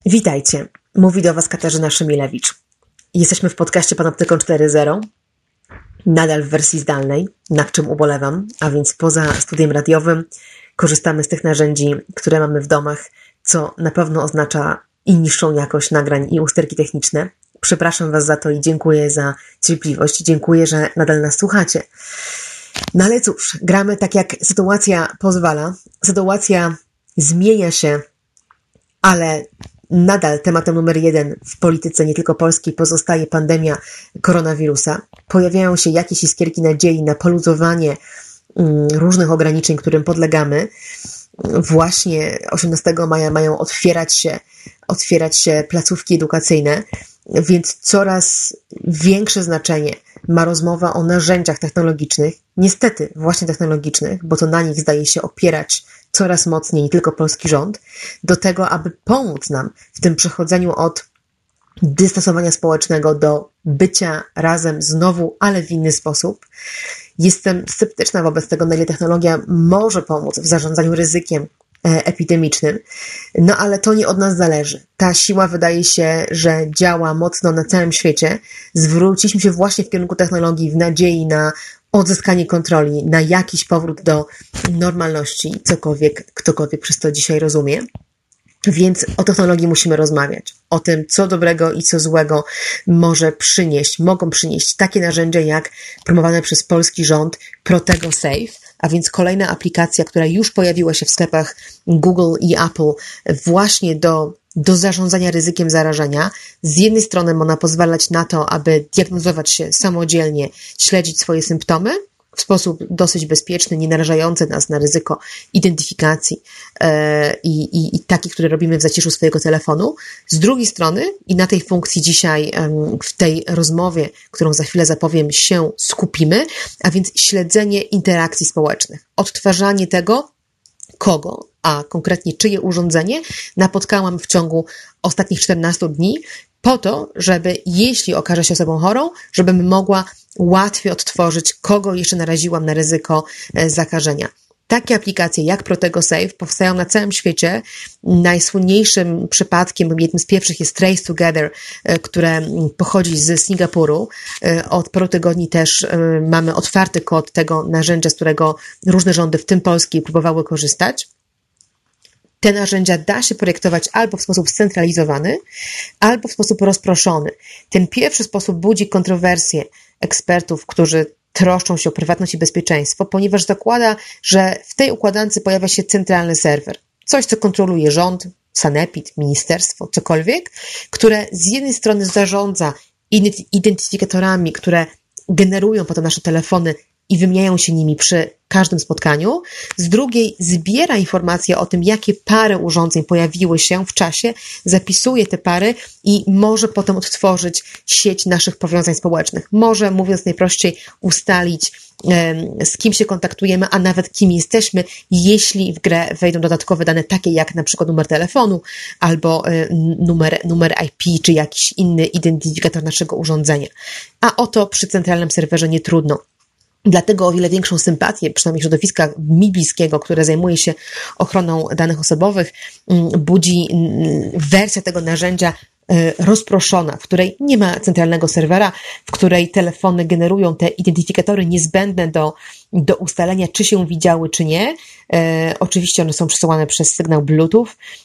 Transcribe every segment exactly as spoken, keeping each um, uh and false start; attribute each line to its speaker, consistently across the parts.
Speaker 1: Witajcie, mówi do Was Katarzyna Szymilewicz. Jesteśmy w podcaście Panoptykon cztery zero, nadal w wersji zdalnej, nad czym ubolewam, a więc poza studiem radiowym korzystamy z tych narzędzi, które mamy w domach, co na pewno oznacza i niższą jakość nagrań i usterki techniczne. Przepraszam Was za to i dziękuję za cierpliwość, dziękuję, że nadal nas słuchacie. No ale cóż, gramy tak jak sytuacja pozwala, sytuacja zmienia się, ale nadal tematem numer jeden w polityce nie tylko polskiej pozostaje pandemia koronawirusa. Pojawiają się jakieś iskierki nadziei na poluzowanie różnych ograniczeń, którym podlegamy. Właśnie osiemnastego maja mają otwierać się, otwierać się placówki edukacyjne, więc coraz większe znaczenie ma rozmowa o narzędziach technologicznych, niestety właśnie technologicznych, bo to na nich zdaje się opierać coraz mocniej nie tylko polski rząd, do tego, aby pomóc nam w tym przechodzeniu od dystansowania społecznego do bycia razem znowu, ale w inny sposób. Jestem sceptyczna wobec tego, na ile technologia może pomóc w zarządzaniu ryzykiem epidemicznym, no ale to nie od nas zależy. Ta siła wydaje się, że działa mocno na całym świecie. Zwróciliśmy się właśnie w kierunku technologii w nadziei na odzyskanie kontroli, na jakiś powrót do normalności, cokolwiek, ktokolwiek przez to dzisiaj rozumie. Więc o technologii musimy rozmawiać. O tym, co dobrego i co złego może przynieść, mogą przynieść takie narzędzia jak promowane przez polski rząd Protego Safe, a więc kolejna aplikacja, która już pojawiła się w sklepach Google i Apple właśnie do, do zarządzania ryzykiem zarażenia. Z jednej strony ma ona pozwalać na to, aby diagnozować się samodzielnie, śledzić swoje symptomy w sposób dosyć bezpieczny, nie narażający nas na ryzyko identyfikacji yy, i, i taki, który robimy w zaciszu swojego telefonu. Z drugiej strony, i na tej funkcji dzisiaj yy, w tej rozmowie, którą za chwilę zapowiem, się skupimy, a więc śledzenie interakcji społecznych, odtwarzanie tego, kogo, a konkretnie czyje urządzenie napotkałam w ciągu ostatnich czternastu dni, po to, żeby jeśli okaże się osobą chorą, żebym mogła łatwiej odtworzyć, kogo jeszcze naraziłam na ryzyko zakażenia. Takie aplikacje jak Protego Safe powstają na całym świecie. Najsłynniejszym przypadkiem, jednym z pierwszych jest Trace Together, które pochodzi z Singapuru. Od paru tygodni też mamy otwarty kod tego narzędzia, z którego różne rządy, w tym polski, próbowały korzystać. Te narzędzia da się projektować albo w sposób scentralizowany, albo w sposób rozproszony. Ten pierwszy sposób budzi kontrowersje ekspertów, którzy troszczą się o prywatność i bezpieczeństwo, ponieważ zakłada, że w tej układance pojawia się centralny serwer. Coś, co kontroluje rząd, sanepid, ministerstwo, cokolwiek, które z jednej strony zarządza identyfikatorami, które generują potem nasze telefony i wymieniają się nimi przy każdym spotkaniu, z drugiej zbiera informacje o tym, jakie pary urządzeń pojawiły się w czasie, zapisuje te pary i może potem odtworzyć sieć naszych powiązań społecznych. Może, mówiąc najprościej, ustalić, z kim się kontaktujemy, a nawet kim jesteśmy, jeśli w grę wejdą dodatkowe dane takie jak na przykład numer telefonu albo numer, numer I P czy jakiś inny identyfikator naszego urządzenia. A o to przy centralnym serwerze nie trudno. Dlatego o wiele większą sympatię, przynajmniej środowiska mi bliskiego, które zajmuje się ochroną danych osobowych, budzi wersja tego narzędzia rozproszona, w której nie ma centralnego serwera, w której telefony generują te identyfikatory niezbędne do, do ustalenia, czy się widziały, czy nie. E, oczywiście one są przesyłane przez sygnał Bluetooth,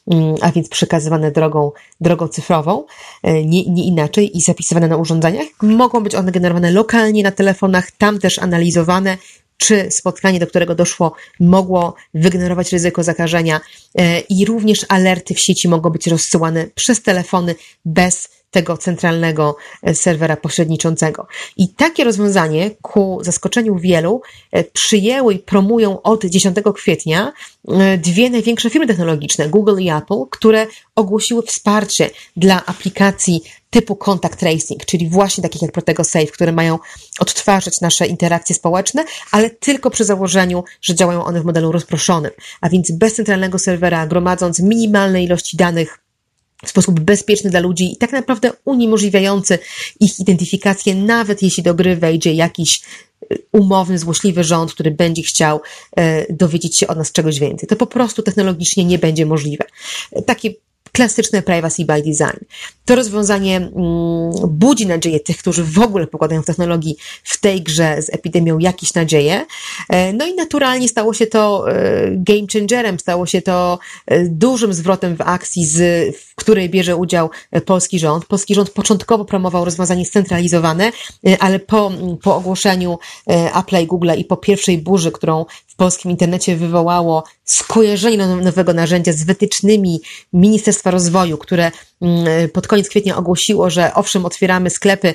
Speaker 1: a więc przekazywane drogą, drogą cyfrową, e, nie, nie inaczej i zapisywane na urządzeniach. Mogą być one generowane lokalnie na telefonach, tam też analizowane, czy spotkanie, do którego doszło, mogło wygenerować ryzyko zakażenia i również alerty w sieci mogą być rozsyłane przez telefony bez tego centralnego serwera pośredniczącego. I takie rozwiązanie ku zaskoczeniu wielu przyjęły i promują od dziesiątego kwietnia dwie największe firmy technologiczne, Google i Apple, które ogłosiły wsparcie dla aplikacji typu contact tracing, czyli właśnie takich jak Protego Safe, które mają odtwarzać nasze interakcje społeczne, ale tylko przy założeniu, że działają one w modelu rozproszonym, a więc bez centralnego serwera, gromadząc minimalne ilości danych w sposób bezpieczny dla ludzi i tak naprawdę uniemożliwiający ich identyfikację, nawet jeśli do gry wejdzie jakiś umowny, złośliwy rząd, który będzie chciał dowiedzieć się od nas czegoś więcej. To po prostu technologicznie nie będzie możliwe. Takie klasyczne privacy by design. To rozwiązanie mm, budzi nadzieję tych, którzy w ogóle pokładają w technologii w tej grze z epidemią jakieś nadzieje. No i naturalnie stało się to game changerem, stało się to dużym zwrotem w akcji, z, w której bierze udział polski rząd. Polski rząd początkowo promował rozwiązanie scentralizowane, ale po, po ogłoszeniu Apple'a i Google'a i po pierwszej burzy, którą w polskim internecie wywołało skojarzenie nowego narzędzia z wytycznymi Ministerstwa Rozwoju, które pod koniec kwietnia ogłosiło, że owszem, otwieramy sklepy,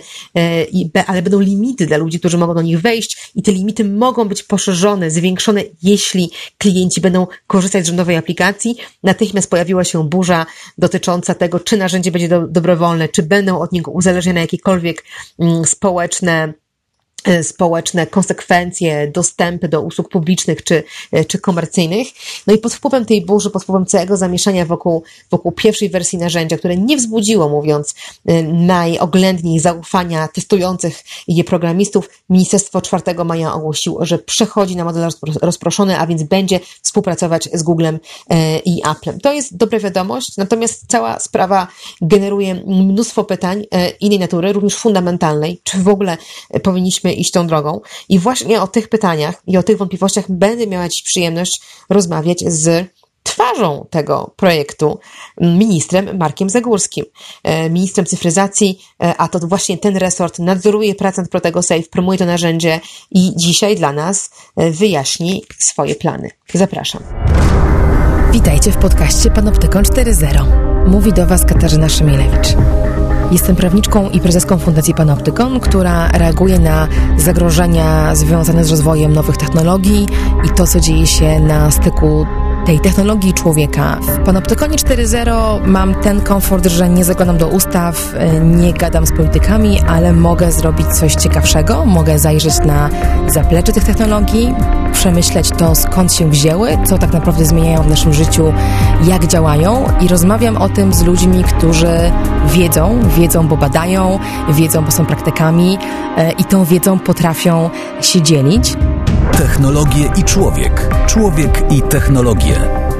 Speaker 1: ale będą limity dla ludzi, którzy mogą do nich wejść i te limity mogą być poszerzone, zwiększone, jeśli klienci będą korzystać z rządowej aplikacji. Natychmiast pojawiła się burza dotycząca tego, czy narzędzie będzie do, dobrowolne, czy będą od niego uzależnione jakiekolwiek społeczne społeczne konsekwencje, dostępy do usług publicznych czy, czy komercyjnych. No i pod wpływem tej burzy, pod wpływem całego zamieszania wokół, wokół pierwszej wersji narzędzia, które nie wzbudziło, mówiąc najoględniej, zaufania testujących je programistów, Ministerstwo czwartego maja ogłosiło, że przechodzi na model rozproszony, a więc będzie współpracować z Googlem i Applem. To jest dobra wiadomość, natomiast cała sprawa generuje mnóstwo pytań innej natury, również fundamentalnej. Czy w ogóle powinniśmy iść tą drogą? I właśnie o tych pytaniach i o tych wątpliwościach będę miała dziś przyjemność rozmawiać z twarzą tego projektu, ministrem Markiem Zagórskim, ministrem cyfryzacji, a to właśnie ten resort nadzoruje pracę nad Protego Safe, promuje to narzędzie i dzisiaj dla nas wyjaśni swoje plany. Zapraszam.
Speaker 2: Witajcie w podcaście Panoptykon cztery zero. Mówi do Was Katarzyna Szymielewicz. Jestem prawniczką i prezeską Fundacji Panoptykon, która reaguje na zagrożenia związane z rozwojem nowych technologii i to, co dzieje się na styku tej technologii i człowieka. W Panoptykonie cztery zero mam ten komfort, że nie zaglądam do ustaw, nie gadam z politykami, ale mogę zrobić coś ciekawszego, mogę zajrzeć na zaplecze tych technologii, przemyśleć to, skąd się wzięły, co tak naprawdę zmieniają w naszym życiu, jak działają i rozmawiam o tym z ludźmi, którzy wiedzą, wiedzą, bo badają, wiedzą, bo są praktykami i tą wiedzą potrafią się dzielić.
Speaker 3: Technologie i człowiek. Człowiek i technologie.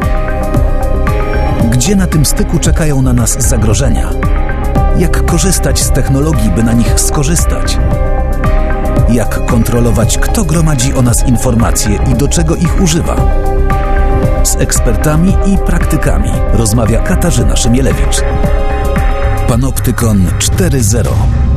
Speaker 3: Gdzie na tym styku czekają na nas zagrożenia? Jak korzystać z technologii, by na nich skorzystać? Jak kontrolować, kto gromadzi o nas informacje i do czego ich używa? Z ekspertami i praktykami rozmawia Katarzyna Szymielewicz. Panoptykon cztery zero.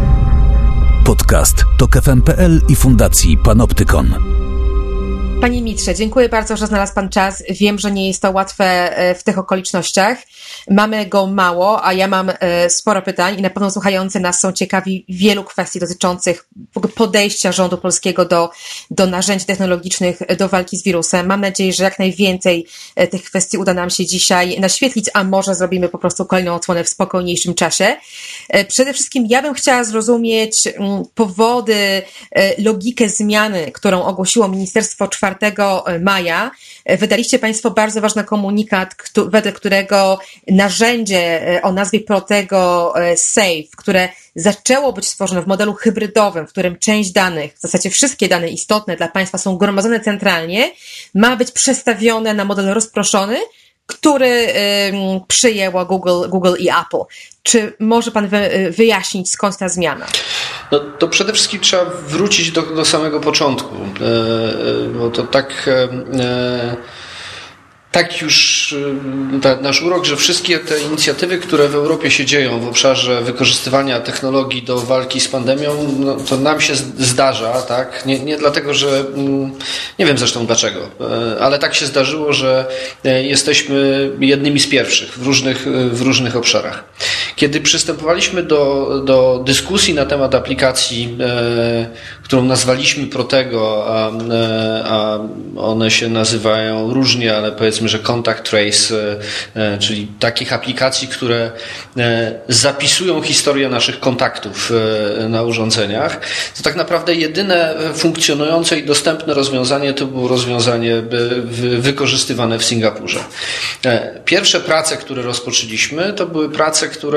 Speaker 3: Podcast tok f m kropka p l i Fundacji Panoptykon.
Speaker 1: Panie ministrze, dziękuję bardzo, że znalazł Pan czas. Wiem, że nie jest to łatwe w tych okolicznościach. Mamy go mało, a ja mam sporo pytań i na pewno słuchający nas są ciekawi wielu kwestii dotyczących podejścia rządu polskiego do, do narzędzi technologicznych do walki z wirusem. Mam nadzieję, że jak najwięcej tych kwestii uda nam się dzisiaj naświetlić, a może zrobimy po prostu kolejną odsłonę w spokojniejszym czasie. Przede wszystkim ja bym chciała zrozumieć powody, logikę zmiany, którą ogłosiło Ministerstwo czwartego maja. Wydaliście Państwo bardzo ważny komunikat, wedle którego narzędzie o nazwie Protego Safe, które zaczęło być stworzone w modelu hybrydowym, w którym część danych, w zasadzie wszystkie dane istotne dla Państwa są gromadzone centralnie, ma być przestawione na model rozproszony, który y, przyjęło Google, Google i Apple. Czy może Pan wy, wyjaśnić, skąd ta zmiana?
Speaker 4: No to przede wszystkim trzeba wrócić do, do samego początku, e, bo to tak... E, Tak już ta, nasz urok, że wszystkie te inicjatywy, które w Europie się dzieją w obszarze wykorzystywania technologii do walki z pandemią, no, to nam się zdarza, tak? Nie, nie dlatego, że nie wiem zresztą dlaczego, ale tak się zdarzyło, że jesteśmy jednymi z pierwszych w różnych, w różnych obszarach. Kiedy przystępowaliśmy do, do dyskusji na temat aplikacji, e, którą nazwaliśmy Protego, a, a one się nazywają różnie, ale powiedzmy, że Contact Trace, e, czyli takich aplikacji, które e, zapisują historię naszych kontaktów e, na urządzeniach, to tak naprawdę jedyne funkcjonujące i dostępne rozwiązanie to było rozwiązanie wy, wykorzystywane w Singapurze. E, pierwsze prace, które rozpoczęliśmy, to były prace, które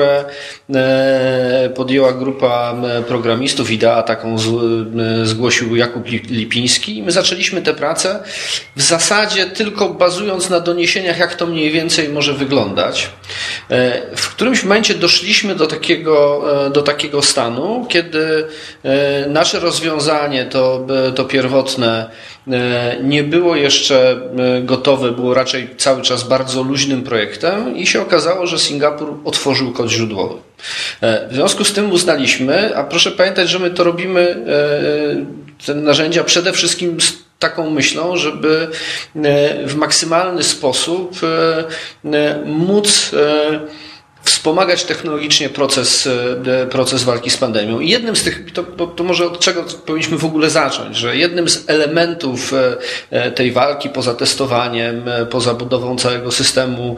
Speaker 4: które podjęła grupa programistów. Ideę taką zgłosił Jakub Lipiński i my zaczęliśmy tę pracę w zasadzie tylko bazując na doniesieniach, jak to mniej więcej może wyglądać. W którymś momencie doszliśmy do takiego, do takiego stanu, kiedy nasze rozwiązanie, to, to pierwotne, nie było jeszcze gotowe, było raczej cały czas bardzo luźnym projektem i się okazało, że Singapur otworzył kod źródłowy. W związku z tym uznaliśmy, a proszę pamiętać, że my to robimy, te narzędzia przede wszystkim z taką myślą, żeby w maksymalny sposób móc wspomagać technologicznie proces, proces walki z pandemią. I jednym z tych, to, to, to może od czego powinniśmy w ogóle zacząć, że jednym z elementów tej walki, poza testowaniem, poza budową całego systemu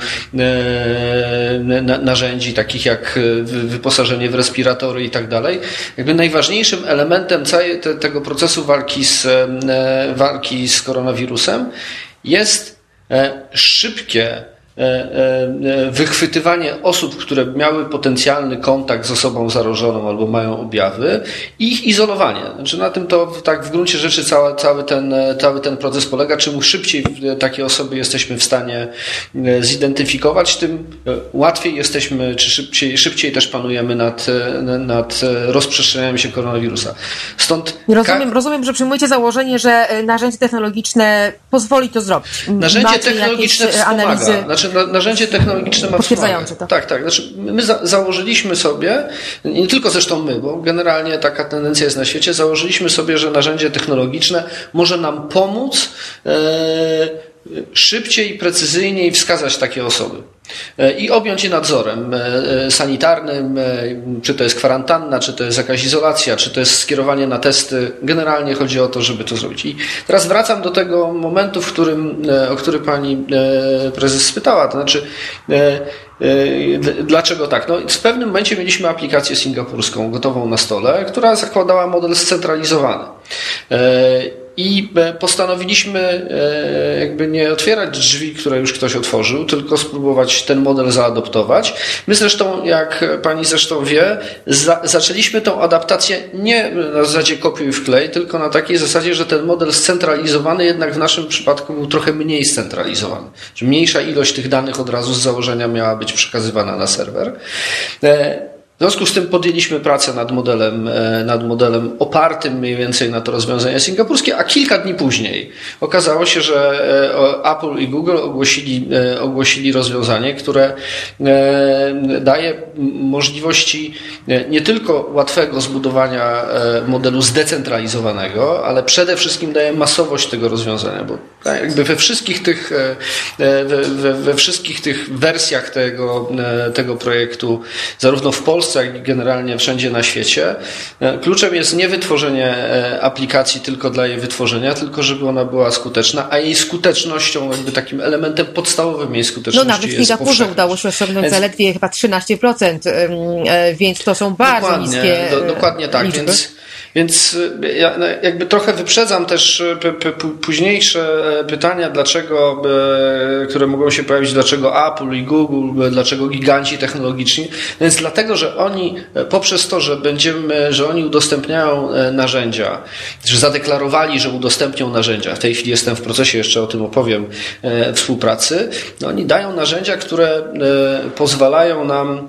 Speaker 4: narzędzi, takich jak wyposażenie w respiratory i tak dalej, jakby najważniejszym elementem całego tego procesu walki z, walki z koronawirusem jest szybkie wychwytywanie osób, które miały potencjalny kontakt z osobą zarażoną albo mają objawy i ich izolowanie. Znaczy na tym to tak w gruncie rzeczy cały, cały, ten, cały ten proces polega. Czym szybciej takie osoby jesteśmy w stanie zidentyfikować, tym łatwiej jesteśmy, czy szybciej, szybciej też panujemy nad, nad rozprzestrzenianiem się koronawirusa. Stąd
Speaker 2: rozumiem, ka- rozumiem, że przyjmujecie założenie, że narzędzie technologiczne pozwoli to zrobić.
Speaker 4: Narzędzie
Speaker 2: Macie
Speaker 4: technologiczne wspomaga.
Speaker 2: Analizy...
Speaker 4: Znaczy, narzędzie technologiczne ma
Speaker 2: potwierdzające to.
Speaker 4: Tak, tak. Znaczy, my za- założyliśmy sobie, nie tylko zresztą my, bo generalnie taka tendencja jest na świecie, założyliśmy sobie, że narzędzie technologiczne może nam pomóc e, szybciej i precyzyjniej wskazać takie osoby i objąć je nadzorem sanitarnym, czy to jest kwarantanna, czy to jest jakaś izolacja, czy to jest skierowanie na testy. Generalnie chodzi o to, żeby to zrobić. I teraz wracam do tego momentu, w którym, o który pani prezes spytała, to znaczy dlaczego tak? No, w pewnym momencie mieliśmy aplikację singapurską gotową na stole, która zakładała model scentralizowany. I postanowiliśmy jakby nie otwierać drzwi, które już ktoś otworzył, tylko spróbować ten model zaadoptować. My zresztą, jak pani zresztą wie, za, zaczęliśmy tą adaptację nie na zasadzie kopiuj wklej, tylko na takiej zasadzie, że ten model scentralizowany jednak w naszym przypadku był trochę mniej scentralizowany. Że mniejsza ilość tych danych od razu z założenia miała być przekazywana na serwer. W związku z tym podjęliśmy pracę nad modelem, nad modelem opartym mniej więcej na to rozwiązanie singapurskie, a kilka dni później okazało się, że Apple i Google ogłosili, ogłosili rozwiązanie, które daje możliwości nie tylko łatwego zbudowania modelu zdecentralizowanego, ale przede wszystkim daje masowość tego rozwiązania, bo jakby we wszystkich tych, we, we, we wszystkich tych wersjach tego, tego projektu, zarówno w Polsce, jak i generalnie wszędzie na świecie, kluczem jest nie wytworzenie aplikacji tylko dla jej wytworzenia, tylko żeby ona była skuteczna, a jej skutecznością, jakby takim elementem podstawowym jej skuteczności
Speaker 2: no nawet w Singapurze udało się osiągnąć więc, zaledwie chyba trzynaście procent, więc to są bardzo
Speaker 4: dokładnie,
Speaker 2: niskie
Speaker 4: do, Dokładnie tak, liczby. więc Więc ja jakby trochę wyprzedzam też p- p- późniejsze pytania, dlaczego, które mogą się pojawić, dlaczego Apple i Google, dlaczego giganci technologiczni. Więc dlatego, że oni poprzez to, że będziemy, że oni udostępniają narzędzia, że zadeklarowali, że udostępnią narzędzia, w tej chwili jestem w procesie, jeszcze o tym opowiem, współpracy, no oni dają narzędzia, które pozwalają nam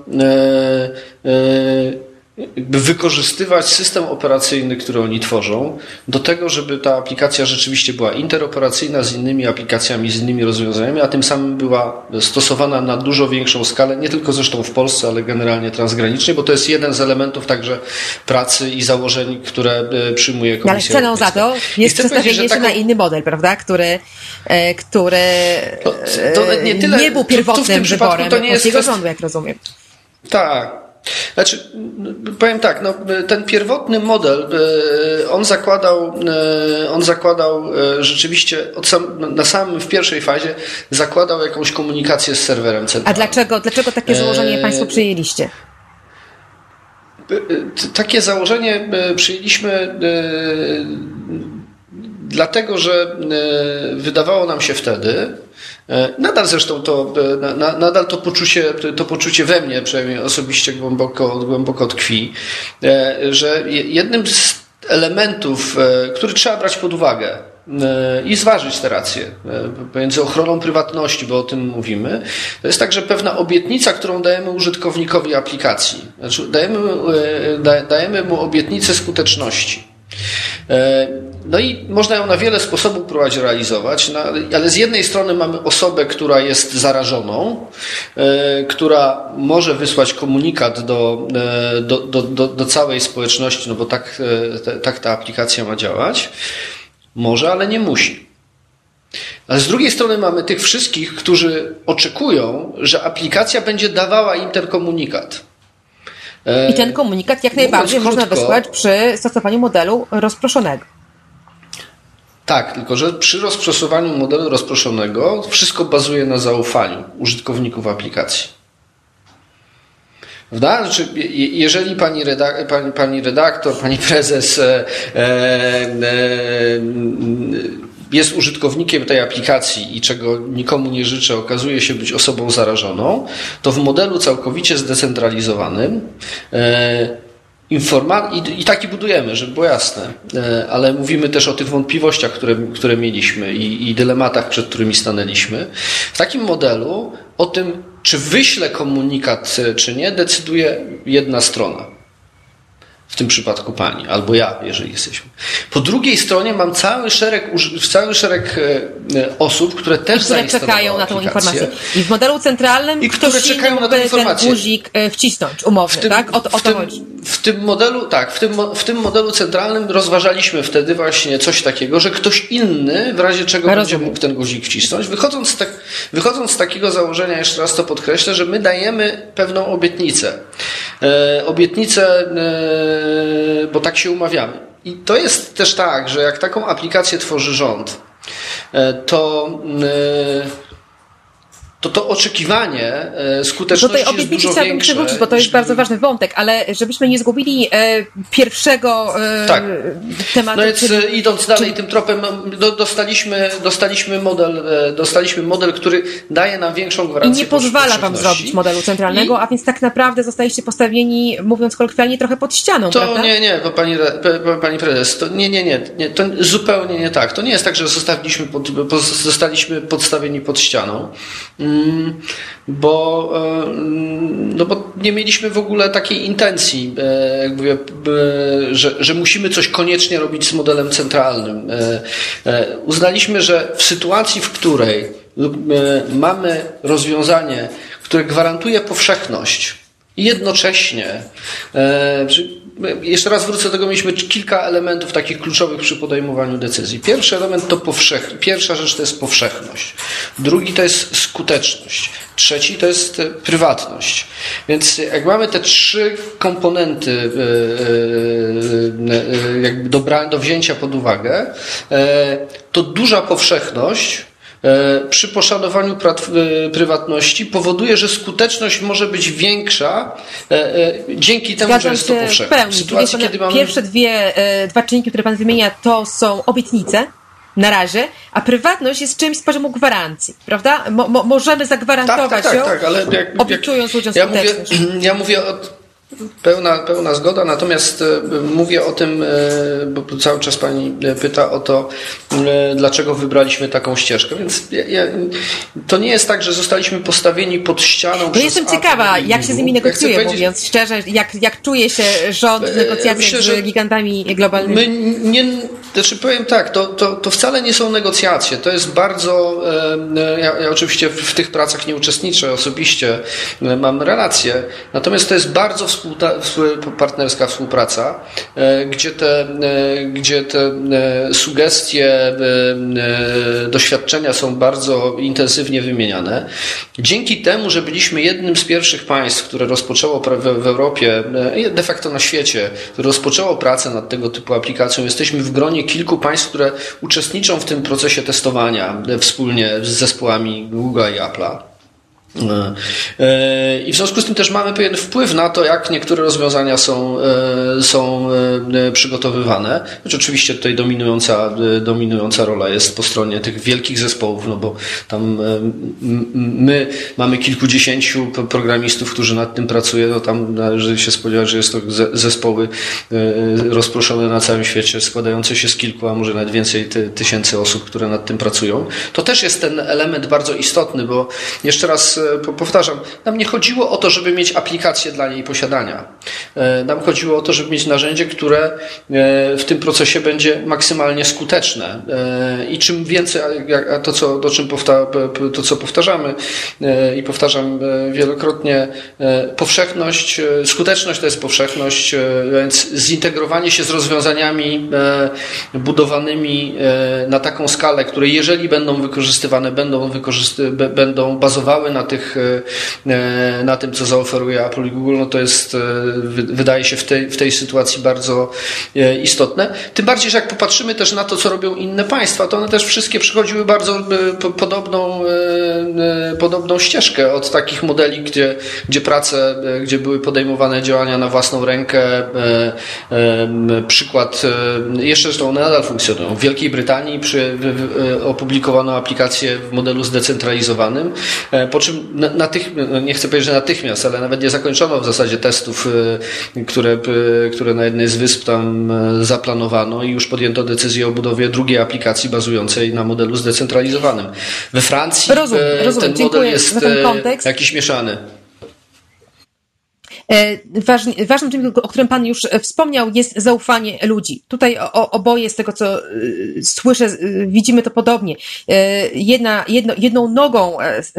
Speaker 4: jakby wykorzystywać system operacyjny, który oni tworzą, do tego, żeby ta aplikacja rzeczywiście była interoperacyjna z innymi aplikacjami, z innymi rozwiązaniami, a tym samym była stosowana na dużo większą skalę, nie tylko zresztą w Polsce, ale generalnie transgranicznie, bo to jest jeden z elementów także pracy i założeń, które przyjmuje Komisja
Speaker 2: Europejska. Ale ceną za to jest przestawienie się taką... na inny model, prawda, który, który to, to nie, tyle, nie był pierwotnym wyborem polskiego rządu, jak rozumiem.
Speaker 4: Tak. Znaczy, powiem tak, no, ten pierwotny model, on zakładał, on zakładał rzeczywiście od sam, na samym, w pierwszej fazie zakładał jakąś komunikację z serwerem centralnym.
Speaker 2: A dlaczego, dlaczego takie założenie Państwo przyjęliście?
Speaker 4: Takie założenie przyjęliśmy dlatego, że wydawało nam się wtedy, nadal zresztą to, nadal to poczucie, to poczucie we mnie, przynajmniej osobiście głęboko, głęboko tkwi, że jednym z elementów, który trzeba brać pod uwagę i zważyć te racje między ochroną prywatności, bo o tym mówimy, to jest także pewna obietnica, którą dajemy użytkownikowi aplikacji. Znaczy dajemy, dajemy mu obietnicę skuteczności. No i można ją na wiele sposobów próbować realizować, no, ale z jednej strony mamy osobę, która jest zarażoną, która może wysłać komunikat do, do, do, do, do całej społeczności, no bo tak, tak ta aplikacja ma działać. Może, ale nie musi. Ale z drugiej strony mamy tych wszystkich, którzy oczekują, że aplikacja będzie dawała im ten komunikat.
Speaker 2: I ten komunikat jak najbardziej krótko, można wysłać przy stosowaniu modelu rozproszonego.
Speaker 4: Tak, tylko że przy rozprosowaniu modelu rozproszonego wszystko bazuje na zaufaniu użytkowników aplikacji. Znaczy, jeżeli pani, redak- pani, pani redaktor, pani prezes e, e, jest użytkownikiem tej aplikacji i czego nikomu nie życzę, okazuje się być osobą zarażoną, to w modelu całkowicie zdecentralizowanym e, Informa- I, I taki budujemy, żeby było jasne, ale mówimy też o tych wątpliwościach, które, które mieliśmy i, i dylematach, przed którymi stanęliśmy. W takim modelu o tym, czy wyślę komunikat, czy nie, decyduje jedna strona. W tym przypadku pani, albo ja, jeżeli jesteśmy. Po drugiej stronie mam cały szereg, cały szereg osób, które też
Speaker 2: które czekają na tą
Speaker 4: aplikację.
Speaker 2: informację. I w modelu centralnym
Speaker 4: I które czekają na tę informację.
Speaker 2: Ten guzik wcisnąć, umowny,
Speaker 4: w tym,
Speaker 2: tak? O, o to
Speaker 4: w tym,
Speaker 2: chodzi.
Speaker 4: W tym modelu, tak, w tym, w tym modelu centralnym rozważaliśmy wtedy właśnie coś takiego, że ktoś inny w razie czego ja będzie mógł ten guzik wcisnąć. Wychodząc z, tak, wychodząc z takiego założenia, jeszcze raz to podkreślę, że my dajemy pewną obietnicę. E, obietnicę, e, bo tak się umawiamy. I to jest też tak, że jak taką aplikację tworzy rząd, e, to... E, to to oczekiwanie skuteczności jest dużo większe. Do tej obietnicy chciałabym przywrócić,
Speaker 2: bo to jest bardzo ważny wątek, ale żebyśmy nie zgubili e, pierwszego e,
Speaker 4: tak.
Speaker 2: tematu.
Speaker 4: No więc
Speaker 2: czyli,
Speaker 4: idąc dalej
Speaker 2: czyli...
Speaker 4: tym tropem, do, dostaliśmy, dostaliśmy, model, dostaliśmy model, który daje nam większą gwarancję.
Speaker 2: I nie pozwala wam zrobić modelu centralnego, I... a więc tak naprawdę zostaliście postawieni, mówiąc kolokwialnie, trochę pod ścianą,
Speaker 4: to
Speaker 2: prawda?
Speaker 4: Nie, nie, bo pani, pani prezes, to nie, nie, nie, nie, to zupełnie nie tak. To nie jest tak, że zostaliśmy, pod, zostaliśmy podstawieni pod ścianą. Bo, no bo nie mieliśmy w ogóle takiej intencji, jak mówię, że, że musimy coś koniecznie robić z modelem centralnym. Uznaliśmy, że w sytuacji, w której mamy rozwiązanie, które gwarantuje powszechność i jednocześnie, jeszcze raz wrócę do tego, mieliśmy kilka elementów takich kluczowych przy podejmowaniu decyzji. Pierwszy element to powszech, pierwsza rzecz to jest powszechność. Drugi to jest skuteczność. Trzeci to jest prywatność. Więc jak mamy te trzy komponenty jakby do, do wzięcia pod uwagę, to duża powszechność przy poszanowaniu prywatności powoduje, że skuteczność może być większa dzięki temu,
Speaker 2: Zgadzam
Speaker 4: że jest to powszechne.
Speaker 2: Pełni. W sytuacji, kiedy mamy... Pierwsze dwie, dwa czynniki, które pan wymienia, to są obietnice na razie, a prywatność jest czymś z poziomu gwarancji, prawda? Mo, mo, możemy zagwarantować
Speaker 4: tak, tak,
Speaker 2: ją,
Speaker 4: tak, ale jak,
Speaker 2: obiecując ludziom
Speaker 4: ja
Speaker 2: skuteczność.
Speaker 4: Mówię, ja mówię o... Pełna, pełna zgoda, natomiast mówię o tym, bo cały czas pani pyta o to, dlaczego wybraliśmy taką ścieżkę, więc ja, ja, to nie jest tak, że zostaliśmy postawieni pod ścianą.
Speaker 2: No jestem ciekawa, jak się z nimi negocjuje, ja mówiąc szczerze, jak, jak czuje się rząd w negocjacjach Myślę, z gigantami globalnymi?
Speaker 4: My nie, znaczy powiem tak, to, to, to wcale nie są negocjacje, to jest bardzo, ja, ja oczywiście w tych pracach nie uczestniczę osobiście, mam relacje, natomiast to jest bardzo partnerska współpraca, gdzie te, gdzie te sugestie, doświadczenia są bardzo intensywnie wymieniane. Dzięki temu, że byliśmy jednym z pierwszych państw, które rozpoczęło w Europie, de facto na świecie, które rozpoczęło pracę nad tego typu aplikacją, jesteśmy w gronie kilku państw, które uczestniczą w tym procesie testowania wspólnie z zespołami Google'a i Apple'a. I w związku z tym też mamy pewien wpływ na to, jak niektóre rozwiązania są, są przygotowywane. Znaczy, oczywiście tutaj dominująca, dominująca rola jest po stronie tych wielkich zespołów, no bo tam my mamy kilkudziesięciu programistów, którzy nad tym pracują, no tam należy się spodziewać, że jest to zespoły rozproszone na całym świecie, składające się z kilku, a może nawet więcej ty, tysięcy osób, które nad tym pracują. To też jest ten element bardzo istotny, bo jeszcze raz powtarzam, nam nie chodziło o to, żeby mieć aplikację dla jej posiadania. Nam chodziło o to, żeby mieć narzędzie, które w tym procesie będzie maksymalnie skuteczne. I czym więcej, to co, do czym powta, to, co powtarzamy i powtarzam wielokrotnie, powszechność, skuteczność to jest powszechność, więc zintegrowanie się z rozwiązaniami budowanymi na taką skalę, które jeżeli będą wykorzystywane, będą, wykorzysty, będą bazowały na tych, na tym, co zaoferuje Apple i Google, no to jest, wydaje się w tej, w tej sytuacji bardzo istotne. Tym bardziej, że jak popatrzymy też na to, co robią inne państwa, to one też wszystkie przechodziły bardzo podobną, podobną ścieżkę od takich modeli, gdzie, gdzie prace, gdzie były podejmowane działania na własną rękę. Przykład, jeszcze zresztą one nadal funkcjonują. W Wielkiej Brytanii przy, opublikowano aplikację w modelu zdecentralizowanym, po czym natychmiast, nie chcę powiedzieć, że natychmiast, ale nawet nie zakończono w zasadzie testów, które, które na jednej z wysp tam zaplanowano i już podjęto decyzję o budowie drugiej aplikacji bazującej na modelu zdecentralizowanym. We Francji
Speaker 2: rozumiem, rozumiem.
Speaker 4: ten model jest jakiś mieszany.
Speaker 2: Ważny, ważnym czymś, o którym Pan już wspomniał, jest zaufanie ludzi. Tutaj o, oboje z tego, co y, słyszę, y, widzimy to podobnie. Y, jedna, jedno, jedną nogą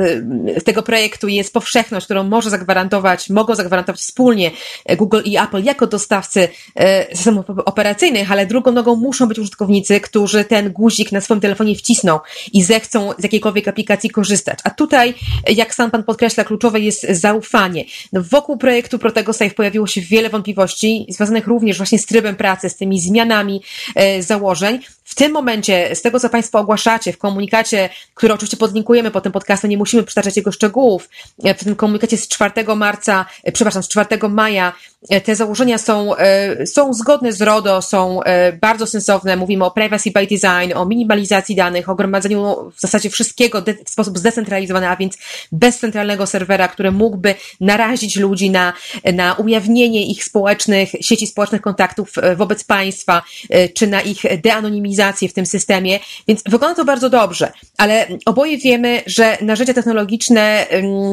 Speaker 2: y, tego projektu jest powszechność, którą może zagwarantować, mogą zagwarantować wspólnie Google i Apple jako dostawcy y, systemów operacyjnych, ale drugą nogą muszą być użytkownicy, którzy ten guzik na swoim telefonie wcisną i zechcą z jakiejkolwiek aplikacji korzystać. A tutaj, jak sam Pan podkreśla, kluczowe jest zaufanie. No, wokół projektu ProtegoSafe pojawiło się wiele wątpliwości, związanych również właśnie z trybem pracy, z tymi zmianami e, założeń. W tym momencie, z tego co Państwo ogłaszacie w komunikacie, który oczywiście podlinkujemy po tym podcastem, nie musimy przytaczać jego szczegółów, w tym komunikacie z czwartego marca, e, przepraszam, z czwartego maja, e, te założenia są, e, są zgodne z RODO, są e, bardzo sensowne. Mówimy o privacy by design, o minimalizacji danych, o gromadzeniu w zasadzie wszystkiego de- w sposób zdecentralizowany, a więc bez centralnego serwera, który mógłby narazić ludzi na na ujawnienie ich społecznych, sieci społecznych kontaktów wobec państwa, czy na ich deanonimizację w tym systemie, więc wygląda to bardzo dobrze, ale oboje wiemy, że narzędzia technologiczne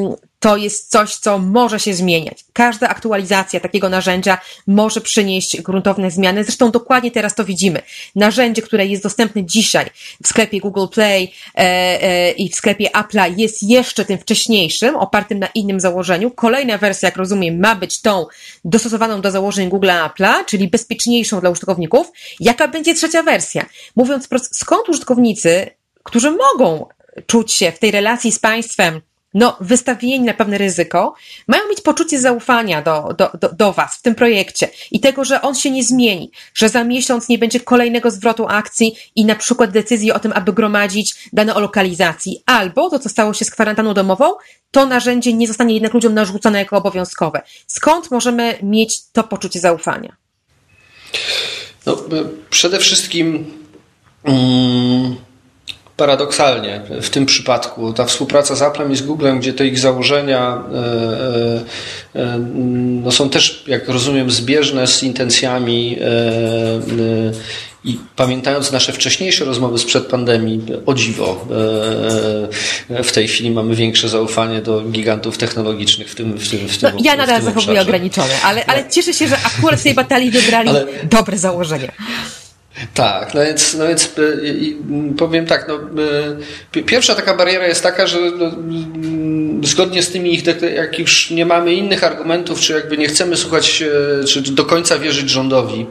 Speaker 2: to jest coś, co może się zmieniać. Każda aktualizacja takiego narzędzia może przynieść gruntowne zmiany. Zresztą dokładnie teraz to widzimy. Narzędzie, które jest dostępne dzisiaj w sklepie Google Play e, e, i w sklepie Apple'a jest jeszcze tym wcześniejszym, opartym na innym założeniu. Kolejna wersja, jak rozumiem, ma być tą dostosowaną do założeń Google'a, Apple'a, czyli bezpieczniejszą dla użytkowników. Jaka będzie trzecia wersja? Mówiąc wprost, skąd użytkownicy, którzy mogą czuć się w tej relacji z państwem no, wystawieni na pewne ryzyko, mają mieć poczucie zaufania do, do, do, do Was w tym projekcie i tego, że on się nie zmieni, że za miesiąc nie będzie kolejnego zwrotu akcji i na przykład decyzji o tym, aby gromadzić dane o lokalizacji, albo to, co stało się z kwarantanną domową, to narzędzie nie zostanie jednak ludziom narzucone jako obowiązkowe. Skąd możemy mieć to poczucie zaufania?
Speaker 4: No, przede wszystkim um... paradoksalnie w tym przypadku ta współpraca z Applem i z Googlem, gdzie te ich założenia e, e, no są też, jak rozumiem, zbieżne z intencjami e, e, i pamiętając nasze wcześniejsze rozmowy sprzed pandemii, o dziwo, e, w tej chwili mamy większe zaufanie do gigantów technologicznych w tym w tym, w tym
Speaker 2: no, Ja nadal zachowuję ograniczone, ale, ale cieszę się, że akurat w tej batalii wybrali ale... dobre założenia.
Speaker 4: Tak, no więc, no więc powiem tak, no, pierwsza taka bariera jest taka, że no, zgodnie z tymi ich, jak już nie mamy innych argumentów, czy jakby nie chcemy słuchać, czy do końca wierzyć rządowi,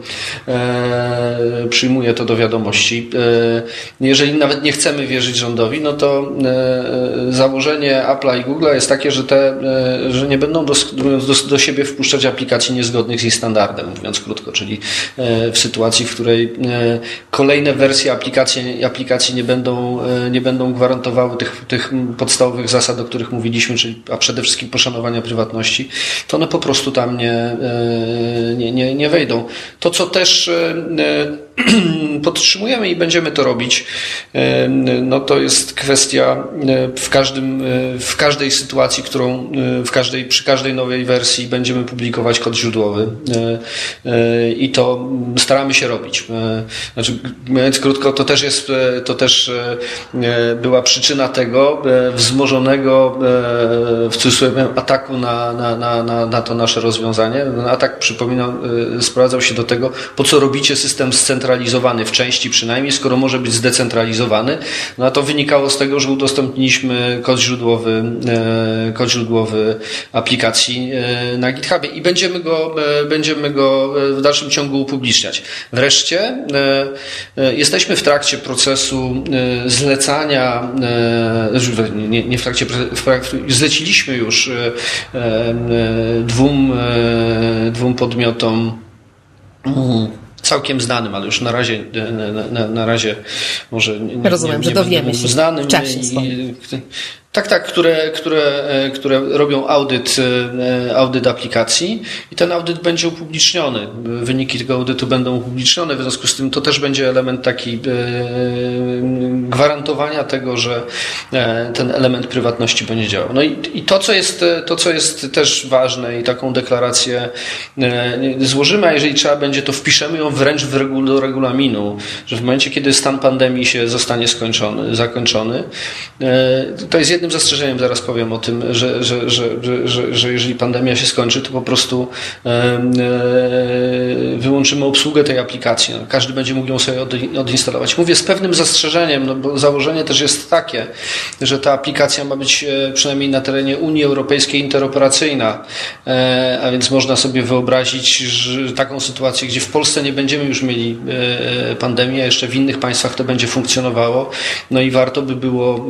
Speaker 4: e, przyjmuję to do wiadomości. E, jeżeli nawet nie chcemy wierzyć rządowi, no to e, założenie Apple'a i Google'a jest takie, że te, e, że nie będą do, do, do siebie wpuszczać aplikacji niezgodnych z ich standardem, mówiąc krótko, czyli e, w sytuacji, w której kolejne wersje aplikacji, aplikacji nie będą, nie będą gwarantowały tych, tych podstawowych zasad, o których mówiliśmy, czyli, a przede wszystkim poszanowania prywatności, to one po prostu tam nie, nie, nie, nie wejdą. To, co też podtrzymujemy i będziemy to robić, no to jest kwestia w każdym, w każdej sytuacji, którą w każdej, przy każdej nowej wersji będziemy publikować kod źródłowy i to staramy się robić. Znaczy, mówiąc krótko, to też jest, to też była przyczyna tego wzmożonego w cudzysłowie ataku na, na, na, na to nasze rozwiązanie. Atak, przypominam, sprowadzał się do tego, po co robicie system scentralizowany w części przynajmniej, skoro może być zdecentralizowany. No a to wynikało z tego, że udostępniliśmy kod źródłowy, kod źródłowy aplikacji na GitHubie i będziemy go, będziemy go w dalszym ciągu upubliczniać. Wreszcie jesteśmy w trakcie procesu zlecania, nie, nie w trakcie, zleciliśmy już dwóm, dwóm podmiotom całkiem znanym, ale już na razie na, na, na razie może nie,
Speaker 2: rozumiem,
Speaker 4: nie,
Speaker 2: że
Speaker 4: nie
Speaker 2: dowiemy się
Speaker 4: znanym
Speaker 2: w czasie
Speaker 4: i, tak, tak, które, które, które robią audyt, audyt aplikacji i ten audyt będzie upubliczniony. Wyniki tego audytu będą upublicznione, w związku z tym to też będzie element taki gwarantowania tego, że ten element prywatności będzie działał. No i, i to, co jest, to, co jest też ważne i taką deklarację złożymy, a jeżeli trzeba będzie, to wpiszemy ją wręcz w regul, do regulaminu, że w momencie, kiedy stan pandemii się zostanie skończony, zakończony, to jest jednym zastrzeżeniem, zaraz powiem o tym, że, że, że, że, że jeżeli pandemia się skończy, to po prostu wyłączymy obsługę tej aplikacji. No, każdy będzie mógł ją sobie odinstalować. Mówię z pewnym zastrzeżeniem, no bo założenie też jest takie, że ta aplikacja ma być przynajmniej na terenie Unii Europejskiej interoperacyjna, a więc można sobie wyobrazić że taką sytuację, gdzie w Polsce nie będziemy już mieli pandemii, a jeszcze w innych państwach to będzie funkcjonowało. No i warto by było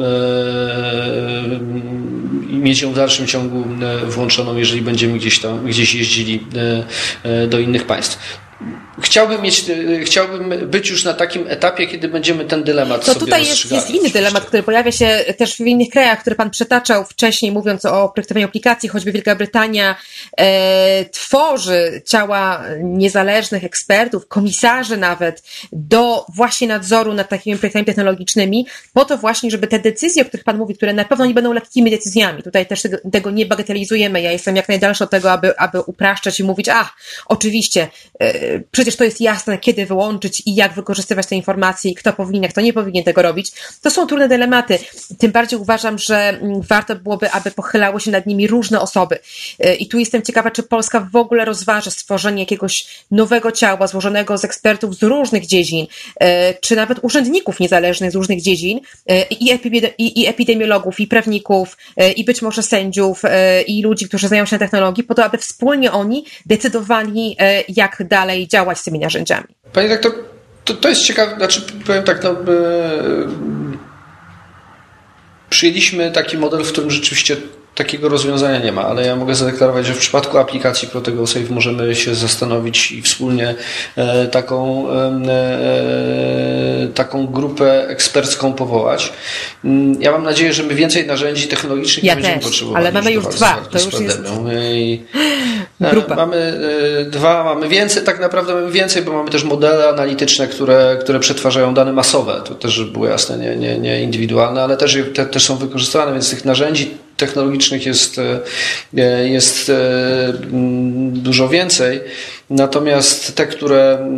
Speaker 4: mieć ją w dalszym ciągu włączoną, jeżeli będziemy gdzieś tam, gdzieś jeździli do innych państw. Chciałbym mieć, chciałbym być już na takim etapie, kiedy będziemy ten dylemat
Speaker 2: to
Speaker 4: sobie
Speaker 2: tutaj jest, jest inny dylemat, który pojawia się też w innych krajach, który Pan przetaczał wcześniej, mówiąc o projektowaniu aplikacji, choćby Wielka Brytania e, tworzy ciała niezależnych ekspertów, komisarzy nawet, do właśnie nadzoru nad takimi projektami technologicznymi, po to właśnie, żeby te decyzje, o których Pan mówi, które na pewno nie będą lekkimi decyzjami, tutaj też tego, tego nie bagatelizujemy, ja jestem jak najdalszy od tego, aby, aby upraszczać i mówić, ach, oczywiście, e, przecież to jest jasne, kiedy wyłączyć i jak wykorzystywać te informacje i kto powinien, kto nie powinien tego robić. To są trudne dylematy. Tym bardziej uważam, że warto byłoby, aby pochylały się nad nimi różne osoby. I tu jestem ciekawa, czy Polska w ogóle rozważy stworzenie jakiegoś nowego ciała złożonego z ekspertów z różnych dziedzin, czy nawet urzędników niezależnych z różnych dziedzin i epidemiologów, i prawników, i być może sędziów, i ludzi, którzy znają się na technologii, po to, aby wspólnie oni decydowali, jak dalej działać z tymi narzędziami.
Speaker 4: Panie doktor, to, to jest ciekawe, znaczy powiem tak, no, yy, przyjęliśmy taki model, w którym rzeczywiście takiego rozwiązania nie ma, ale ja mogę zadeklarować, że w przypadku aplikacji Protego Safe możemy się zastanowić i wspólnie e, taką, e, taką grupę ekspercką powołać. Ja mam nadzieję, że my więcej narzędzi technologicznych
Speaker 2: ja
Speaker 4: nie będziemy
Speaker 2: też,
Speaker 4: potrzebowali.
Speaker 2: ale mamy już dwa. To już jest
Speaker 4: I, grupa. Mamy e, dwa, mamy więcej, tak naprawdę mamy więcej, bo mamy też modele analityczne, które, które przetwarzają dane masowe. To też było jasne, nie, nie, nie indywidualne, ale też, te, też są wykorzystywane, więc tych narzędzi technologicznych jest, jest dużo więcej, natomiast te, które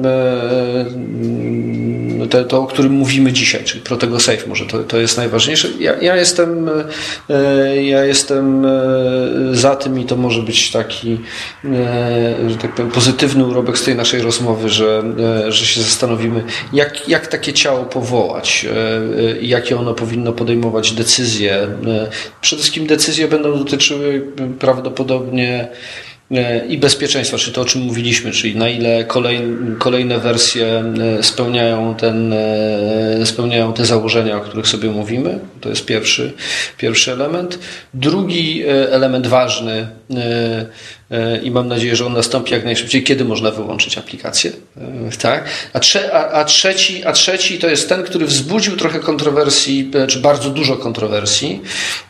Speaker 4: te, to, o którym mówimy dzisiaj, czyli Protego Safe, może to, to jest najważniejsze. Ja, ja jestem ja jestem za tym i to może być taki, że tak powiem, pozytywny urobek z tej naszej rozmowy, że, że się zastanowimy, jak, jak takie ciało powołać i jakie ono powinno podejmować decyzje. Przede wszystkim decyzje będą dotyczyły prawdopodobnie i bezpieczeństwa, czyli to, o czym mówiliśmy, czyli na ile kolejne, kolejne wersje spełniają, ten, spełniają te założenia, o których sobie mówimy. To jest pierwszy, pierwszy element. Drugi element ważny i mam nadzieję, że on nastąpi jak najszybciej, kiedy można wyłączyć aplikację. Tak? A, trze, a, a, trzeci, a trzeci to jest ten, który wzbudził trochę kontrowersji, czy bardzo dużo kontrowersji,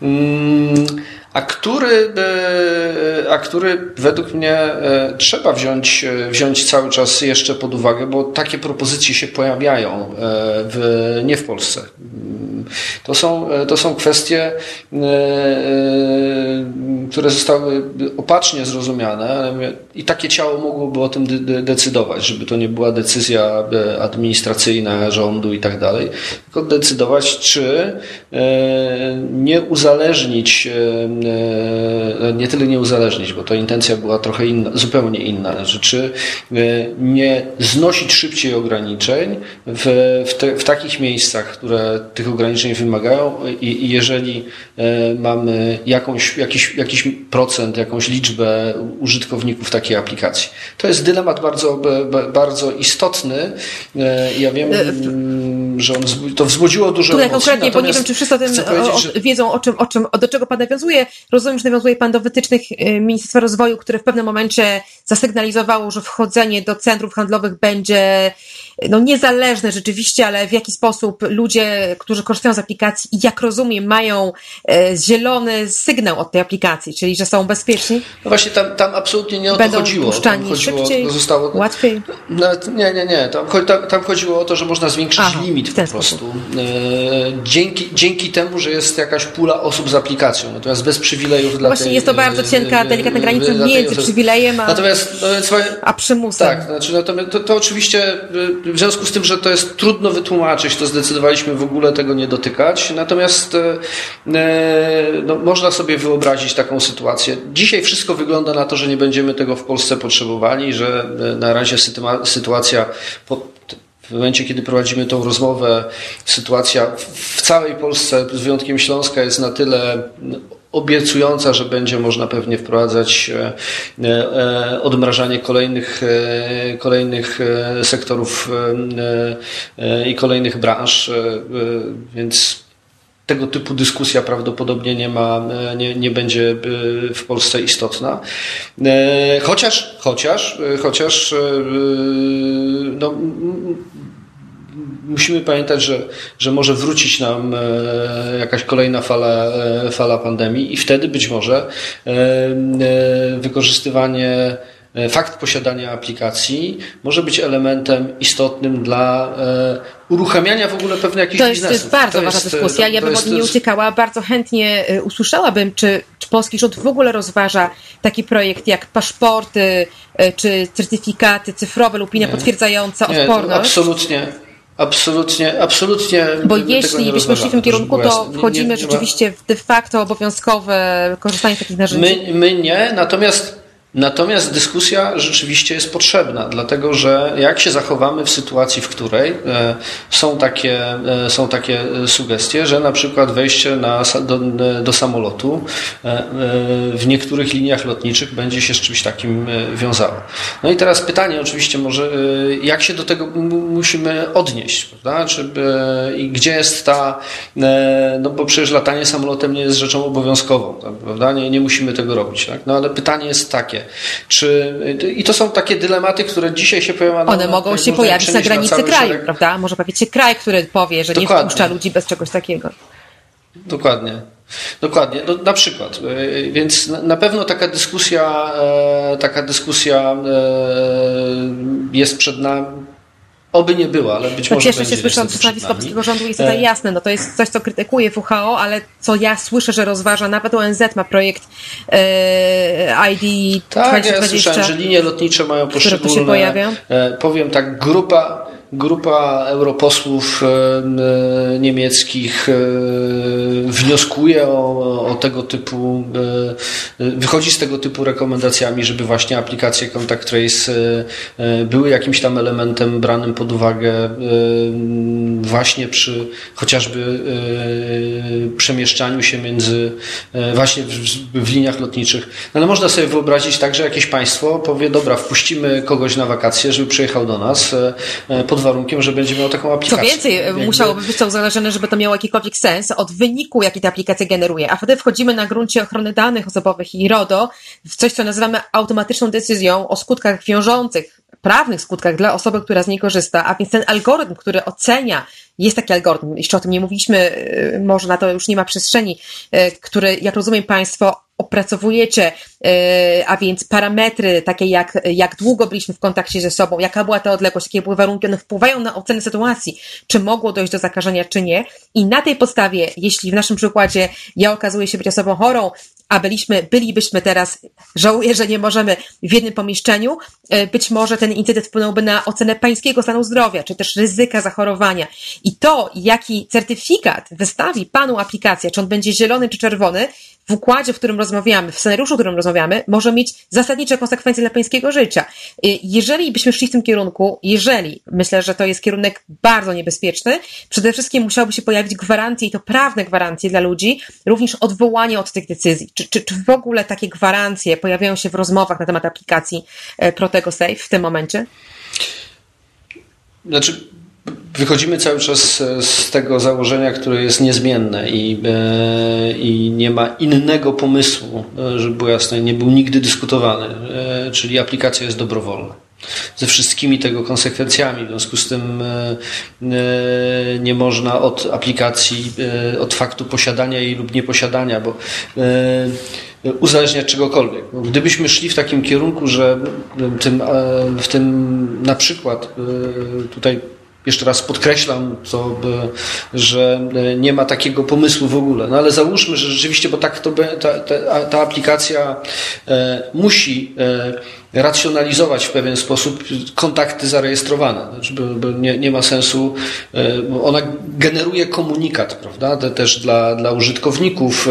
Speaker 4: a który, a który według mnie trzeba wziąć, wziąć cały czas jeszcze pod uwagę, bo takie propozycje się pojawiają w, nie w Polsce. To są, to są kwestie, które zostały opacznie zrozumiane i takie ciało mogłoby o tym de- decydować, żeby to nie była decyzja administracyjna rządu i tak dalej, tylko decydować, czy nie uzależnić, nie tyle nie uzależnić, bo to intencja była trochę inna, zupełnie inna, znaczy, czy nie znosić szybciej ograniczeń w, w, te, w takich miejscach, które tych ograniczeń wymagają i, i jeżeli mamy jakąś, jakiś, jakiś procent, jakąś liczbę użytkowników takiej aplikacji. To jest dylemat bardzo, bardzo istotny. Ja wiem, że on to wzbudziło dużo
Speaker 2: Tutaj
Speaker 4: emocji.
Speaker 2: Konkretnie, bo nie wiem, czy wszyscy o tym o, że... wiedzą, o czym, o czym, do czego Pan nawiązuje. Rozumiem, że nawiązuje Pan do wytycznych Ministerstwa Rozwoju, które w pewnym momencie zasygnalizowało, że wchodzenie do centrów handlowych będzie no, niezależne rzeczywiście, ale w jaki sposób ludzie, którzy korzystają z aplikacji i jak rozumiem, mają e, zielony sygnał od tej aplikacji, czyli że są bezpieczni.
Speaker 4: No właśnie, tam, tam absolutnie nie o
Speaker 2: Będą
Speaker 4: to chodziło.
Speaker 2: Puszczani
Speaker 4: tam chodziło,
Speaker 2: szybciej,
Speaker 4: zostało,
Speaker 2: łatwiej?
Speaker 4: No, nie, nie, nie. Tam, tam, tam chodziło o to, że można zwiększyć Aha, limit po prostu. E, dzięki, dzięki temu, że jest jakaś pula osób z aplikacją. Natomiast bez przywilejów dla
Speaker 2: Właśnie
Speaker 4: tej,
Speaker 2: jest to bardzo cienka, delikatna granica między przywilejem a,
Speaker 4: natomiast, natomiast,
Speaker 2: a przymusem.
Speaker 4: Tak, znaczy, natomiast to, to oczywiście w związku z tym, że to jest trudno wytłumaczyć, to zdecydowaliśmy w ogóle tego nie dotykać. Natomiast no, można sobie wyobrazić taką sytuację. Dzisiaj wszystko wygląda na to, że nie będziemy tego w Polsce potrzebowali, że na razie sytuacja po, w momencie, kiedy prowadzimy tą rozmowę, sytuacja w całej Polsce, z wyjątkiem Śląska, jest na tyle obiecująca, że będzie można pewnie wprowadzać odmrażanie kolejnych, kolejnych sektorów i kolejnych branż, więc tego typu dyskusja prawdopodobnie nie ma, nie, nie będzie w Polsce istotna. Chociaż, chociaż, chociaż no, musimy pamiętać, że, że może wrócić nam jakaś kolejna fala, fala pandemii i wtedy być może wykorzystywanie Fakt posiadania aplikacji może być elementem istotnym dla uruchamiania w ogóle pewnych jakichś biznesów.
Speaker 2: To jest bardzo to ważna jest, dyskusja. To, ja to bym od niej nie uciekała. Bardzo chętnie usłyszałabym, czy, czy polski rząd w ogóle rozważa taki projekt jak paszporty, czy certyfikaty cyfrowe lub inne potwierdzające
Speaker 4: nie,
Speaker 2: odporność.
Speaker 4: Absolutnie. Absolutnie, absolutnie.
Speaker 2: Bo jeśli byśmy szli w tym kierunku, to wchodzimy nie, nie, nie rzeczywiście w de facto obowiązkowe korzystanie z takich narzędzi.
Speaker 4: My, my nie, natomiast Natomiast dyskusja rzeczywiście jest potrzebna, dlatego że jak się zachowamy w sytuacji, w której są takie, są takie sugestie, że na przykład wejście na, do, do samolotu w niektórych liniach lotniczych będzie się z czymś takim wiązało. No i teraz pytanie oczywiście może, jak się do tego musimy odnieść, prawda? Czy, i gdzie jest ta, no bo przecież latanie samolotem nie jest rzeczą obowiązkową, prawda? Nie, nie musimy tego robić, tak? No ale pytanie jest takie, Czy, i to są takie dylematy, które dzisiaj się pojawiają.
Speaker 2: One na, mogą się pojawić na granicy na kraju, szereg. Prawda? Może pojawić się kraj, który powie, że Dokładnie. nie wpuszcza ludzi bez czegoś takiego.
Speaker 4: Dokładnie. Dokładnie, no, na przykład. Więc na pewno taka dyskusja, taka dyskusja jest przed nami. Oby nie była, ale być
Speaker 2: no
Speaker 4: może
Speaker 2: cieszę
Speaker 4: będzie.
Speaker 2: się słysząc, że stanowisko polskiego rządu jest tutaj jasne. No to jest coś, co krytykuje W H O, ale co ja słyszę, że rozważa, nawet O N Z ma projekt e, I D
Speaker 4: tak,
Speaker 2: dwa tysiące dwadzieścia.
Speaker 4: Ja słyszałem, że linie lotnicze mają poszczególne. Powiem tak, grupa grupa europosłów niemieckich wnioskuje o, o tego typu, wychodzi z tego typu rekomendacjami, żeby właśnie aplikacje Contact Trace były jakimś tam elementem branym pod uwagę właśnie przy chociażby przemieszczaniu się między właśnie w, w liniach lotniczych. No ale można sobie wyobrazić tak, że jakieś państwo powie, dobra, wpuścimy kogoś na wakacje, żeby przyjechał do nas pod warunkiem, że będzie miał taką aplikację.
Speaker 2: Co więcej,
Speaker 4: Jakby...
Speaker 2: musiałoby być to uzależnione, żeby to miało jakikolwiek sens od wyniku, jaki ta aplikacja generuje. A wtedy wchodzimy na gruncie ochrony danych osobowych i RODO w coś, co nazywamy automatyczną decyzją o skutkach wiążących, prawnych skutkach dla osoby, która z niej korzysta, a więc ten algorytm, który ocenia, jest taki algorytm, jeszcze o tym nie mówiliśmy, może na to już nie ma przestrzeni, który, jak rozumiem, Państwo opracowujecie, a więc parametry takie jak, jak długo byliśmy w kontakcie ze sobą, jaka była ta odległość, jakie były warunki, one wpływają na ocenę sytuacji, czy mogło dojść do zakażenia, czy nie. I na tej podstawie, jeśli w naszym przykładzie ja okazuję się być osobą chorą, a byliśmy, bylibyśmy teraz, żałuję, że nie możemy w jednym pomieszczeniu, być może ten incydent wpłynąłby na ocenę pańskiego stanu zdrowia, czy też ryzyka zachorowania. I to, jaki certyfikat wystawi panu aplikacja, czy on będzie zielony, czy czerwony, w układzie, w którym rozmawiamy, w scenariuszu, w którym rozmawiamy, może mieć zasadnicze konsekwencje dla pańskiego życia. Jeżeli byśmy szli w tym kierunku, jeżeli, myślę, że to jest kierunek bardzo niebezpieczny, przede wszystkim musiałoby się pojawić gwarancje, i to prawne gwarancje dla ludzi, również odwołanie od tych decyzji. Czy, czy, czy w ogóle takie gwarancje pojawiają się w rozmowach na temat aplikacji Protego Safe w tym momencie?
Speaker 4: Znaczy, wychodzimy cały czas z tego założenia, które jest niezmienne i, i nie ma innego pomysłu, żeby było jasne, nie był nigdy dyskutowany, czyli aplikacja jest dobrowolna. Ze wszystkimi tego konsekwencjami. W związku z tym nie można od aplikacji, od faktu posiadania jej lub nieposiadania, bo uzależniać czegokolwiek. Gdybyśmy szli w takim kierunku, że tym, w tym na przykład tutaj jeszcze raz podkreślam to, że nie ma takiego pomysłu w ogóle. No ale załóżmy, że rzeczywiście, bo tak to, ta, ta, ta aplikacja musi racjonalizować w pewien sposób kontakty zarejestrowane. Znaczy, bo, bo nie, nie ma sensu, bo ona generuje komunikat, prawda? Też dla, dla użytkowników.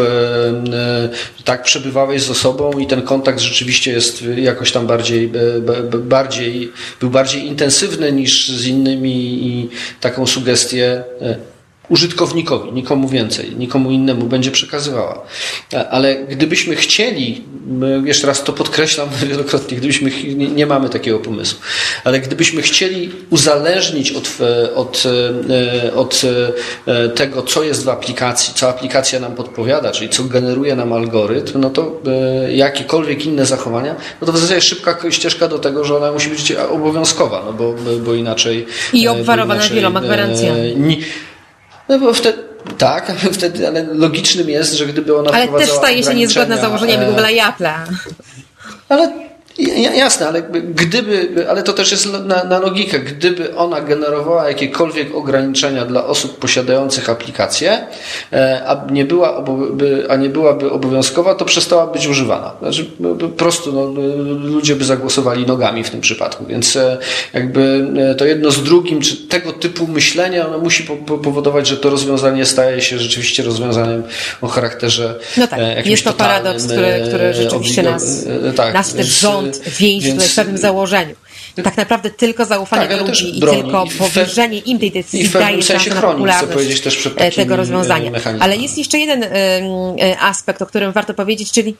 Speaker 4: Tak, przebywałeś z osobą i ten kontakt rzeczywiście jest jakoś tam bardziej, bardziej był bardziej intensywny niż z innymi i taką sugestię użytkownikowi, nikomu więcej, nikomu innemu będzie przekazywała. Ale gdybyśmy chcieli, jeszcze raz to podkreślam wielokrotnie, gdybyśmy, nie, nie mamy takiego pomysłu, ale gdybyśmy chcieli uzależnić od, od, od tego, co jest w aplikacji, co aplikacja nam podpowiada, czyli co generuje nam algorytm, no to jakiekolwiek inne zachowania, no to w zasadzie szybka ścieżka do tego, że ona musi być obowiązkowa, no bo, bo inaczej...
Speaker 2: I obwarowana wieloma gwarancjami.
Speaker 4: Nie, No bo wtedy, tak, wtedy, ale logicznym jest, że gdyby ona
Speaker 2: ale też staje się niezgodna z założeniami Google i Apple'a.
Speaker 4: Ale jasne, ale gdyby, ale to też jest na, na logikę, gdyby ona generowała jakiekolwiek ograniczenia dla osób posiadających aplikację, a nie, była, a nie byłaby obowiązkowa, to przestała być używana. Znaczy, po prostu no, ludzie by zagłosowali nogami w tym przypadku, więc jakby to jedno z drugim, czy tego typu myślenia, ono musi powodować, że to rozwiązanie staje się rzeczywiście rozwiązaniem o charakterze
Speaker 2: no tak, jakimś jest to
Speaker 4: totalnym,
Speaker 2: paradoks, który, który rzeczywiście nas,
Speaker 4: tak,
Speaker 2: nas też rząd więzi więc, tutaj w pewnym założeniu. Tak naprawdę tylko zaufanie
Speaker 4: tak,
Speaker 2: do ludzi i
Speaker 4: broni,
Speaker 2: tylko powierzenie im tej decyzji daje szansę na popularność też przed tego rozwiązania. Mechanizmem. Ale jest jeszcze jeden y, y, aspekt, o którym warto powiedzieć, czyli...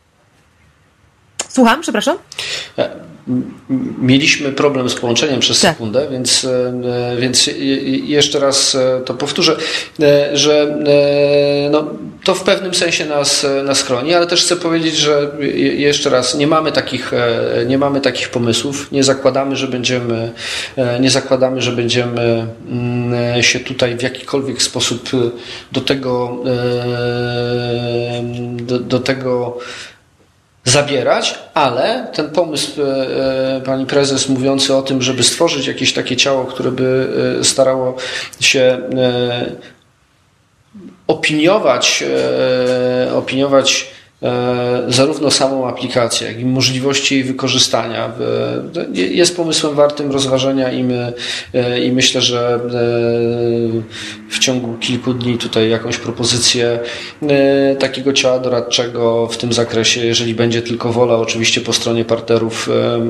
Speaker 2: Słucham, przepraszam?
Speaker 4: Mieliśmy problem z połączeniem przez tak. sekundę, więc, więc jeszcze raz to powtórzę, że no, to w pewnym sensie nas, nas chroni, ale też chcę powiedzieć, że jeszcze raz nie mamy takich, nie mamy takich pomysłów, nie zakładamy, że będziemy, nie zakładamy, że będziemy się tutaj w jakikolwiek sposób do tego, do, do tego zabierać, ale ten pomysł e, pani prezes mówiący o tym, żeby stworzyć jakieś takie ciało, które by e, starało się e, opiniować, e, opiniować zarówno samą aplikację, jak i możliwości jej wykorzystania jest pomysłem wartym rozważenia i, my, i myślę, że w ciągu kilku dni tutaj jakąś propozycję takiego ciała doradczego w tym zakresie, jeżeli będzie tylko wola, oczywiście po stronie partnerów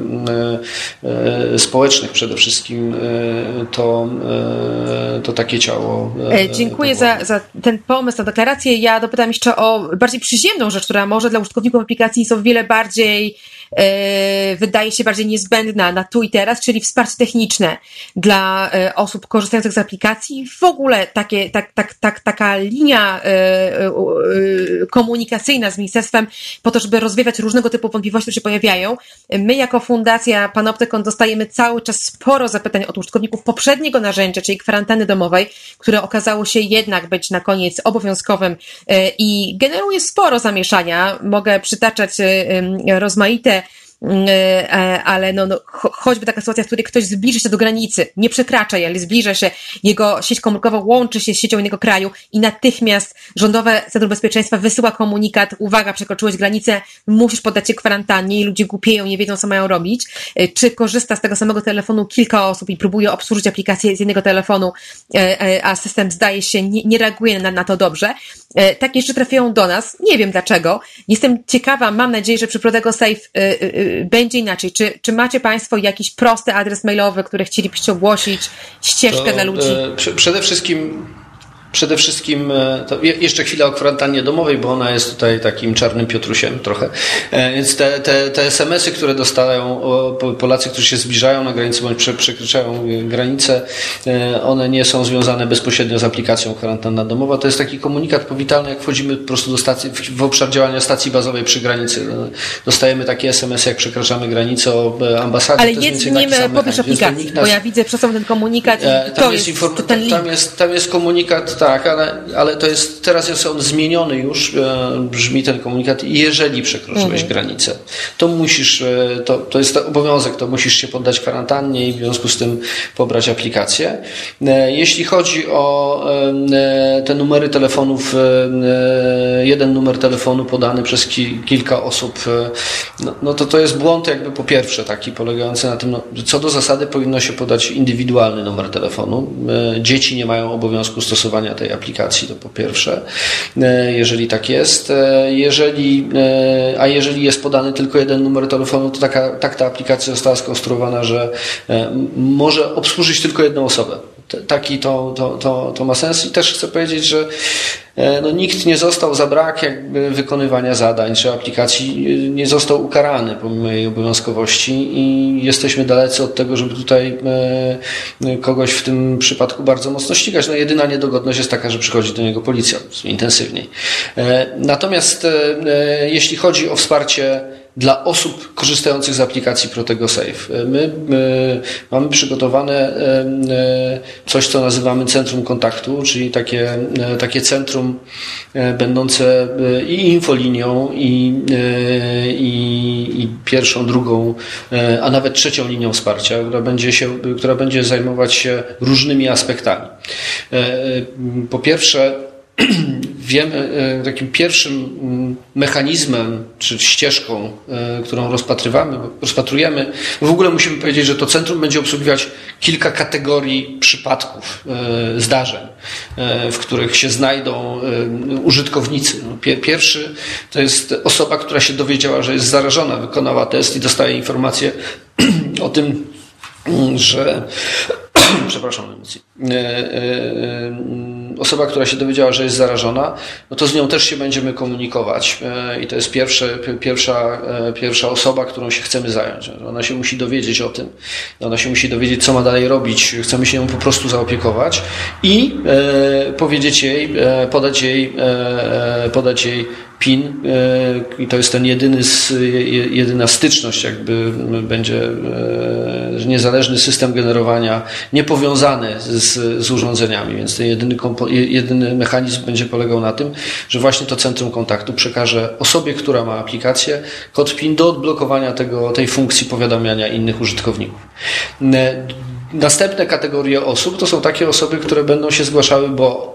Speaker 4: społecznych przede wszystkim, to, to takie ciało.
Speaker 2: Dziękuję za, za ten pomysł, za deklarację. Ja dopytam jeszcze o bardziej przyziemną rzecz, która może dla użytkowników aplikacji jest o wiele bardziej, e, wydaje się bardziej niezbędna na tu i teraz, czyli wsparcie techniczne dla e, osób korzystających z aplikacji. W ogóle takie, tak, tak, tak, taka linia e, e, komunikacyjna z ministerstwem po to, żeby rozwiewać różnego typu wątpliwości, które się pojawiają. My jako Fundacja Panoptykon dostajemy cały czas sporo zapytań od użytkowników poprzedniego narzędzia, czyli kwarantanny domowej, które okazało się jednak być na koniec obowiązkowym e, i generuje sporo zamieszania. Mogę przytaczać rozmaite, ale no, no, choćby taka sytuacja, w której ktoś zbliży się do granicy, nie przekracza jej, ale zbliża się, jego sieć komórkowa łączy się z siecią innego kraju i natychmiast Rządowe Centrum Bezpieczeństwa wysyła komunikat: uwaga, przekroczyłeś granicę, musisz poddać się kwarantannie, i ludzie głupieją, nie wiedzą, co mają robić. Czy korzysta z tego samego telefonu kilka osób i próbuje obsłużyć aplikację z jednego telefonu, a system, zdaje się, nie, nie reaguje na, na to dobrze. Takie jeszcze trafiają do nas, nie wiem dlaczego. Jestem ciekawa, mam nadzieję, że przy Protego Safe będzie inaczej. Czy, czy macie Państwo jakiś prosty adres mailowy, który chcielibyście ogłosić, ścieżkę
Speaker 4: to,
Speaker 2: dla ludzi?
Speaker 4: E, przede wszystkim Przede wszystkim, to jeszcze chwila o kwarantannie domowej, bo ona jest tutaj takim czarnym Piotrusiem trochę. Więc te, te, te es em esy, które dostają Polacy, którzy się zbliżają na granicę bądź przekraczają granicę, one nie są związane bezpośrednio z aplikacją kwarantanna domowa. To jest taki komunikat powitalny, jak wchodzimy po prostu do stacji, w obszar działania stacji bazowej przy granicy. Dostajemy takie es em esy, jak przekraczamy granicę o ambasadzie.
Speaker 2: Ale jest w nim powiesz aplikacji, nas... bo ja widzę przez ten komunikat i to jest, jest inform... to ten link.
Speaker 4: Tam jest, tam jest komunikat. Tak, ale, ale to jest, teraz jest on zmieniony już, e, brzmi ten komunikat: jeżeli przekroczyłeś mhm. granicę, to musisz, e, to, to jest obowiązek, to musisz się poddać kwarantannie i w związku z tym pobrać aplikację. E, jeśli chodzi o e, te numery telefonów, e, jeden numer telefonu podany przez ki, kilka osób, e, no, no to to jest błąd jakby po pierwsze taki polegający na tym, no, co do zasady powinno się podać indywidualny numer telefonu. E, dzieci nie mają obowiązku stosowania tej aplikacji, to po pierwsze, jeżeli tak jest. Jeżeli, a jeżeli jest podany tylko jeden numer telefonu, to taka, tak ta aplikacja została skonstruowana, że może obsłużyć tylko jedną osobę. Taki to, to, to, to ma sens. I też chcę powiedzieć, że no, nikt nie został za brak jakby wykonywania zadań czy aplikacji, nie został ukarany pomimo jej obowiązkowości i jesteśmy dalecy od tego, żeby tutaj e, kogoś w tym przypadku bardzo mocno ścigać. No, jedyna niedogodność jest taka, że przychodzi do niego policja intensywniej. E, natomiast e, jeśli chodzi o wsparcie dla osób korzystających z aplikacji Protego Safe, my, my mamy przygotowane coś, co nazywamy centrum kontaktu, czyli takie, takie centrum będące i infolinią, i, i, i pierwszą, drugą, a nawet trzecią linią wsparcia, która będzie się, która będzie zajmować się różnymi aspektami. Po pierwsze, wiemy, takim pierwszym mechanizmem czy ścieżką, którą rozpatrywamy, rozpatrujemy, w ogóle musimy powiedzieć, że to centrum będzie obsługiwać kilka kategorii przypadków, zdarzeń, w których się znajdą użytkownicy. Pierwszy to jest osoba, która się dowiedziała, że jest zarażona, wykonała test i dostaje informację o tym, że przepraszam emocji. Osoba, która się dowiedziała, że jest zarażona, no to z nią też się będziemy komunikować i to jest pierwsze, pierwsza, pierwsza osoba, którą się chcemy zająć. Ona się musi dowiedzieć o tym, ona się musi dowiedzieć, co ma dalej robić, chcemy się nią po prostu zaopiekować i e, powiedzieć jej, e, podać jej, e, podać jej PIN i to jest ten jedyny, jedyna styczność, jakby będzie niezależny system generowania, niepowiązany z, z urządzeniami, więc ten jedyny, jedyny mechanizm będzie polegał na tym, że właśnie to centrum kontaktu przekaże osobie, która ma aplikację, kod PIN do odblokowania tego, tej funkcji powiadamiania innych użytkowników. Następne kategorie osób to są takie osoby, które będą się zgłaszały, bo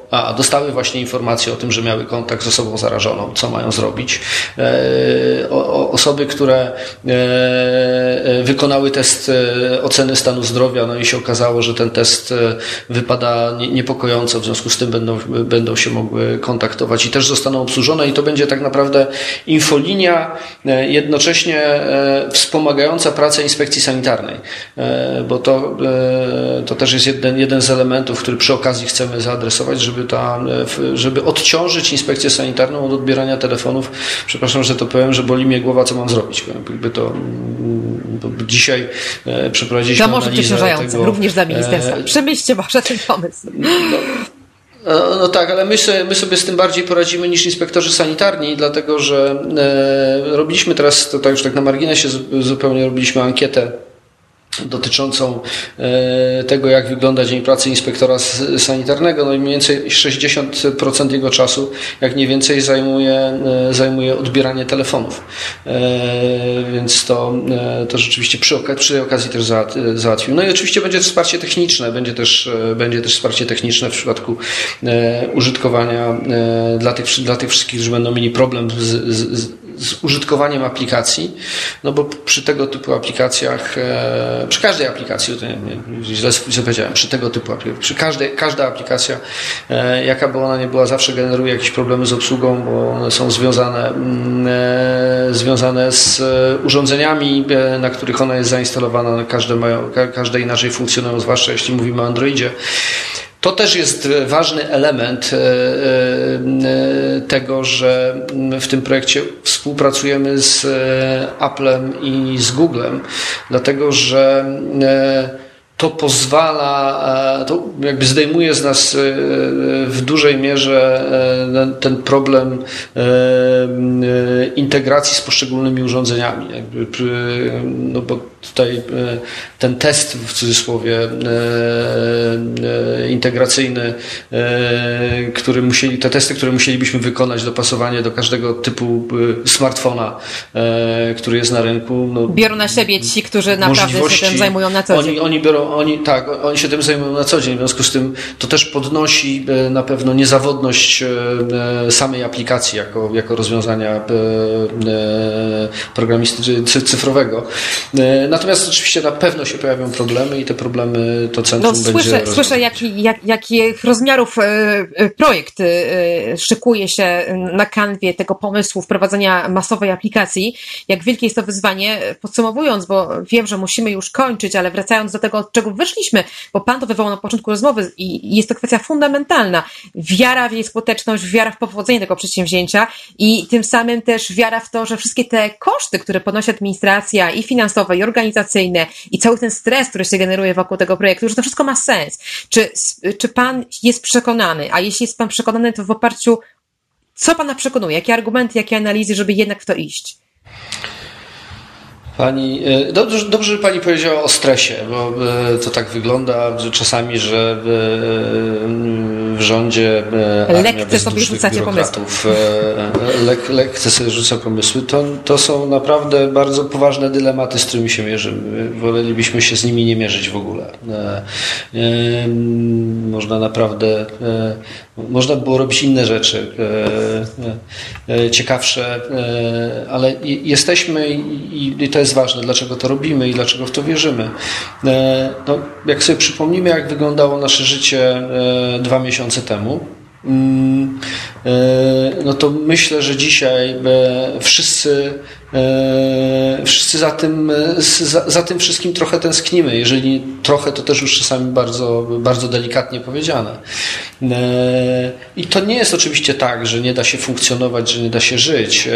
Speaker 4: a dostały właśnie informację o tym, że miały kontakt z osobą zarażoną, co mają zrobić. O, osoby, które wykonały test oceny stanu zdrowia, no i się okazało, że ten test wypada niepokojąco, w związku z tym będą, będą się mogły kontaktować i też zostaną obsłużone i to będzie tak naprawdę infolinia jednocześnie wspomagająca pracę inspekcji sanitarnej, bo to, to też jest jeden, jeden z elementów, który przy okazji chcemy zaadresować, żeby, ta, żeby odciążyć inspekcję sanitarną od odbierania telefonów. Przepraszam, że to powiem, że boli mnie głowa, co mam zrobić. Jakby to, dzisiaj przeprowadziliśmy
Speaker 2: to może
Speaker 4: analizę
Speaker 2: przeciążające,
Speaker 4: tego,
Speaker 2: również dla ministerstwa. Przemyślcie może ten pomysł.
Speaker 4: No, No, no tak, ale my sobie, my sobie z tym bardziej poradzimy niż inspektorzy sanitarni, dlatego że e, robiliśmy teraz, to tak już tak na marginesie zupełnie robiliśmy ankietę dotyczącą e, tego, jak wygląda dzień pracy inspektora sanitarnego. No i mniej więcej sześćdziesiąt procent jego czasu, jak nie więcej, zajmuje, e, zajmuje odbieranie telefonów. E, więc to, e, to rzeczywiście przy, oka- przy tej okazji też załatwił. No i oczywiście będzie wsparcie techniczne, będzie też, e, będzie też wsparcie techniczne w przypadku e, użytkowania e, dla, tych, dla tych wszystkich, którzy będą mieli problem z, z, z z użytkowaniem aplikacji, no bo przy tego typu aplikacjach, e, przy każdej aplikacji, to nie, nie, źle, źle powiedziałem, przy tego typu aplikacjach, przy każdej, każda aplikacja, e, jaka by ona nie była, zawsze generuje jakieś problemy z obsługą, bo one są związane, e, związane z urządzeniami, e, na których ona jest zainstalowana, każde mają, ka, każde inaczej funkcjonują, zwłaszcza jeśli mówimy o Androidzie. To też jest ważny element tego, że w tym projekcie współpracujemy z Applem i z Googlem, dlatego że to pozwala, to jakby zdejmuje z nas w dużej mierze ten problem integracji z poszczególnymi urządzeniami. No bo tutaj ten test w cudzysłowie integracyjny, który musieli, te testy, które musielibyśmy wykonać, dopasowanie do każdego typu smartfona, który jest na rynku. No,
Speaker 2: biorą na siebie ci, którzy naprawdę się tym zajmują na co dzień.
Speaker 4: Oni, oni biorą, oni, tak, oni się tym zajmują na co dzień, w związku z tym to też podnosi na pewno niezawodność samej aplikacji jako, jako rozwiązania programisty cyfrowego. Natomiast oczywiście na pewno się pojawią problemy i te problemy to centrum
Speaker 2: no,
Speaker 4: będzie
Speaker 2: słyszę,
Speaker 4: rozwiązać.
Speaker 2: Słyszę, jaki, jak, jakich rozmiarów projekt szykuje się na kanwie tego pomysłu wprowadzenia masowej aplikacji. Jak wielkie jest to wyzwanie, podsumowując, bo wiem, że musimy już kończyć, ale wracając do tego, od czego wyszliśmy, bo Pan to wywołał na początku rozmowy i jest to kwestia fundamentalna. Wiara w jej skuteczność, wiara w powodzenie tego przedsięwzięcia i tym samym też wiara w to, że wszystkie te koszty, które ponosi administracja i finansowe, i organizacyjne i cały ten stres, który się generuje wokół tego projektu, że to wszystko ma sens. Czy, czy Pan jest przekonany, a jeśli jest Pan przekonany, to w oparciu, co Pana przekonuje, jakie argumenty, jakie analizy, żeby jednak w to iść?
Speaker 4: Pani, dobrze, dobrze, że Pani powiedziała o stresie, bo to tak wygląda że czasami, że w rządzie armia bezdusznych biurokratów lek, lekce sobie rzuca pomysły. To, to są naprawdę bardzo poważne dylematy, z którymi się mierzymy. Wolelibyśmy się z nimi nie mierzyć w ogóle. Można naprawdę, można było robić inne rzeczy, ciekawsze, ale jesteśmy i to jest ważne, dlaczego to robimy i dlaczego w to wierzymy. No, jak sobie przypomnimy, jak wyglądało nasze życie dwa miesiące temu, no to myślę, że dzisiaj wszyscy wszyscy za tym, za, za tym wszystkim trochę tęsknimy. Jeżeli trochę, to też już czasami bardzo, bardzo delikatnie powiedziane. I to nie jest oczywiście tak, że nie da się funkcjonować, że nie da się żyć,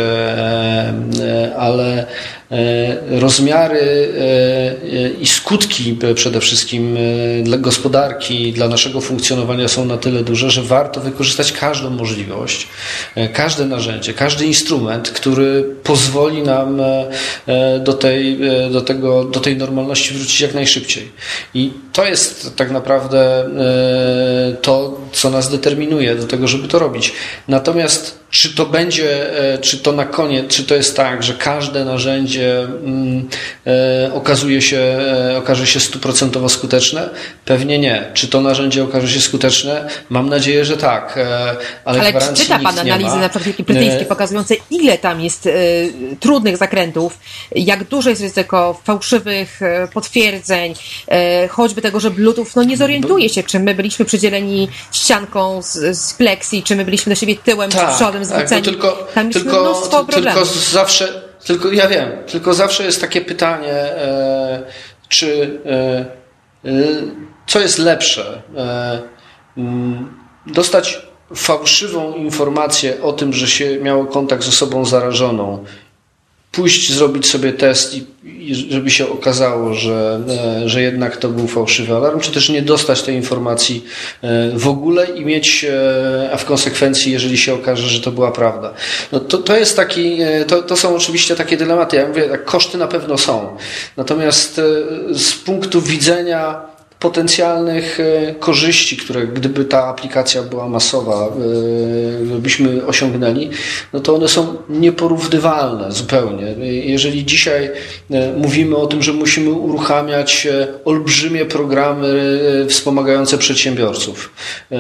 Speaker 4: ale rozmiary i skutki przede wszystkim dla gospodarki, dla naszego funkcjonowania są na tyle duże, że warto wykorzystać każdą możliwość. możliwość, każde narzędzie, każdy instrument, który pozwoli nam do tej, do tego, do tej normalności wrócić jak najszybciej. I to jest tak naprawdę to, co nas determinuje do tego, żeby to robić. Natomiast czy to będzie, czy to na koniec, czy to jest tak, że każde narzędzie mm, e, okazuje się, e, okaże się stuprocentowo skuteczne? Pewnie nie. Czy to narzędzie okaże się skuteczne? Mam nadzieję, że tak. E, ale
Speaker 2: ale czy czyta Pan analizy na przykład Wielkiej Brytyjskiej pokazujące, ile tam jest e, trudnych zakrętów, jak duże jest ryzyko fałszywych e, potwierdzeń, e, choćby tego, że Bluetooth no nie zorientuje się, czy my byliśmy przydzieleni ścianką z, z pleksji, czy my byliśmy do siebie tyłem,
Speaker 4: tak.
Speaker 2: czy przodem.
Speaker 4: Tak, no tylko,
Speaker 2: tam jest
Speaker 4: tylko,
Speaker 2: mnóstwo problemów.
Speaker 4: Tylko zawsze, tylko ja wiem, tylko zawsze jest takie pytanie, e, czy e, e, co jest lepsze? E, m, dostać fałszywą informację o tym, że się miało kontakt z osobą zarażoną, pójść zrobić sobie test i, i żeby się okazało, że, e, że jednak to był fałszywy alarm, czy też nie dostać tej informacji e, w ogóle i mieć, e, a w konsekwencji, jeżeli się okaże, że to była prawda. No to, to jest taki, e, to, to są oczywiście takie dylematy. Ja mówię, tak, koszty na pewno są. Natomiast e, z punktu widzenia potencjalnych korzyści, które gdyby ta aplikacja była masowa, byśmy osiągnęli, no to one są nieporównywalne zupełnie. Jeżeli dzisiaj mówimy o tym, że musimy uruchamiać olbrzymie programy wspomagające przedsiębiorców,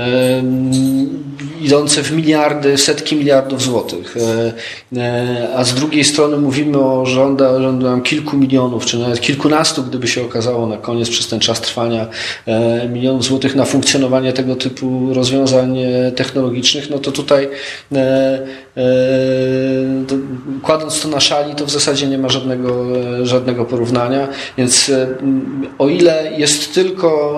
Speaker 4: idące w miliardy, setki miliardów złotych, a z drugiej strony mówimy o rządach kilku milionów, czy nawet kilkunastu, gdyby się okazało na koniec przez ten czas trwania milionów złotych na funkcjonowanie tego typu rozwiązań technologicznych, no to tutaj e, e, to, kładąc to na szali, to w zasadzie nie ma żadnego, żadnego porównania, więc e, o ile jest tylko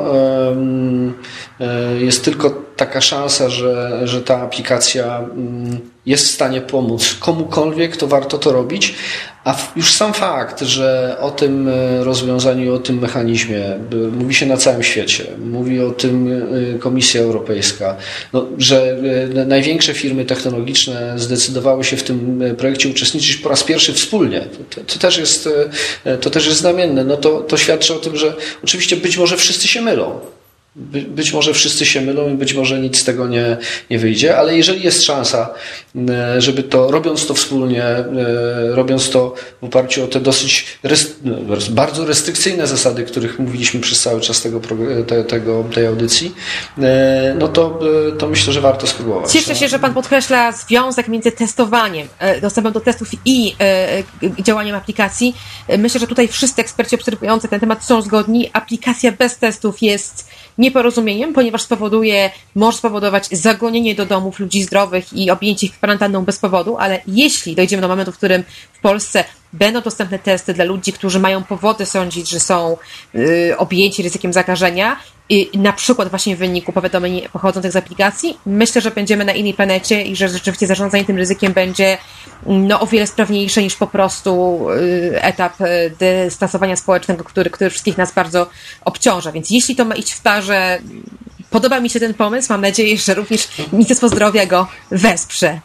Speaker 4: e, jest tylko taka szansa, że, że ta aplikacja jest w stanie pomóc komukolwiek, to warto to robić, a już sam fakt, że o tym rozwiązaniu, o tym mechanizmie mówi się na całym świecie, mówi o tym Komisja Europejska, no, że największe firmy technologiczne zdecydowały się w tym projekcie uczestniczyć po raz pierwszy wspólnie. To, to, też, jest, to też jest znamienne. No to, to świadczy o tym, że oczywiście być może wszyscy się mylą. By, być może wszyscy się mylą i być może nic z tego nie, nie wyjdzie, ale jeżeli jest szansa, żeby to, robiąc to wspólnie, robiąc to w oparciu o te dosyć rest, bardzo restrykcyjne zasady, których mówiliśmy przez cały czas tego, te, tego, tej audycji, no to, to myślę, że warto spróbować.
Speaker 2: Cieszę się, że Pan podkreśla związek między testowaniem, dostępem do testów i działaniem aplikacji. Myślę, że tutaj wszyscy eksperci obserwujący ten temat są zgodni. Aplikacja bez testów jest nieporozumieniem, ponieważ spowoduje, może spowodować zagonienie do domów ludzi zdrowych i objęcie ich kwarantanną bez powodu, ale jeśli dojdziemy do momentu, w którym w Polsce będą dostępne testy dla ludzi, którzy mają powody sądzić, że są y, objęci ryzykiem zakażenia, i na przykład właśnie w wyniku powiadomień pochodzących z aplikacji, myślę, że będziemy na innej planecie i że rzeczywiście zarządzanie tym ryzykiem będzie no, o wiele sprawniejsze niż po prostu y, etap y, dystansowania społecznego, który, który wszystkich nas bardzo obciąża. Więc jeśli to ma iść w parze, podoba mi się ten pomysł, mam nadzieję, że również Ministerstwo Zdrowia go wesprze.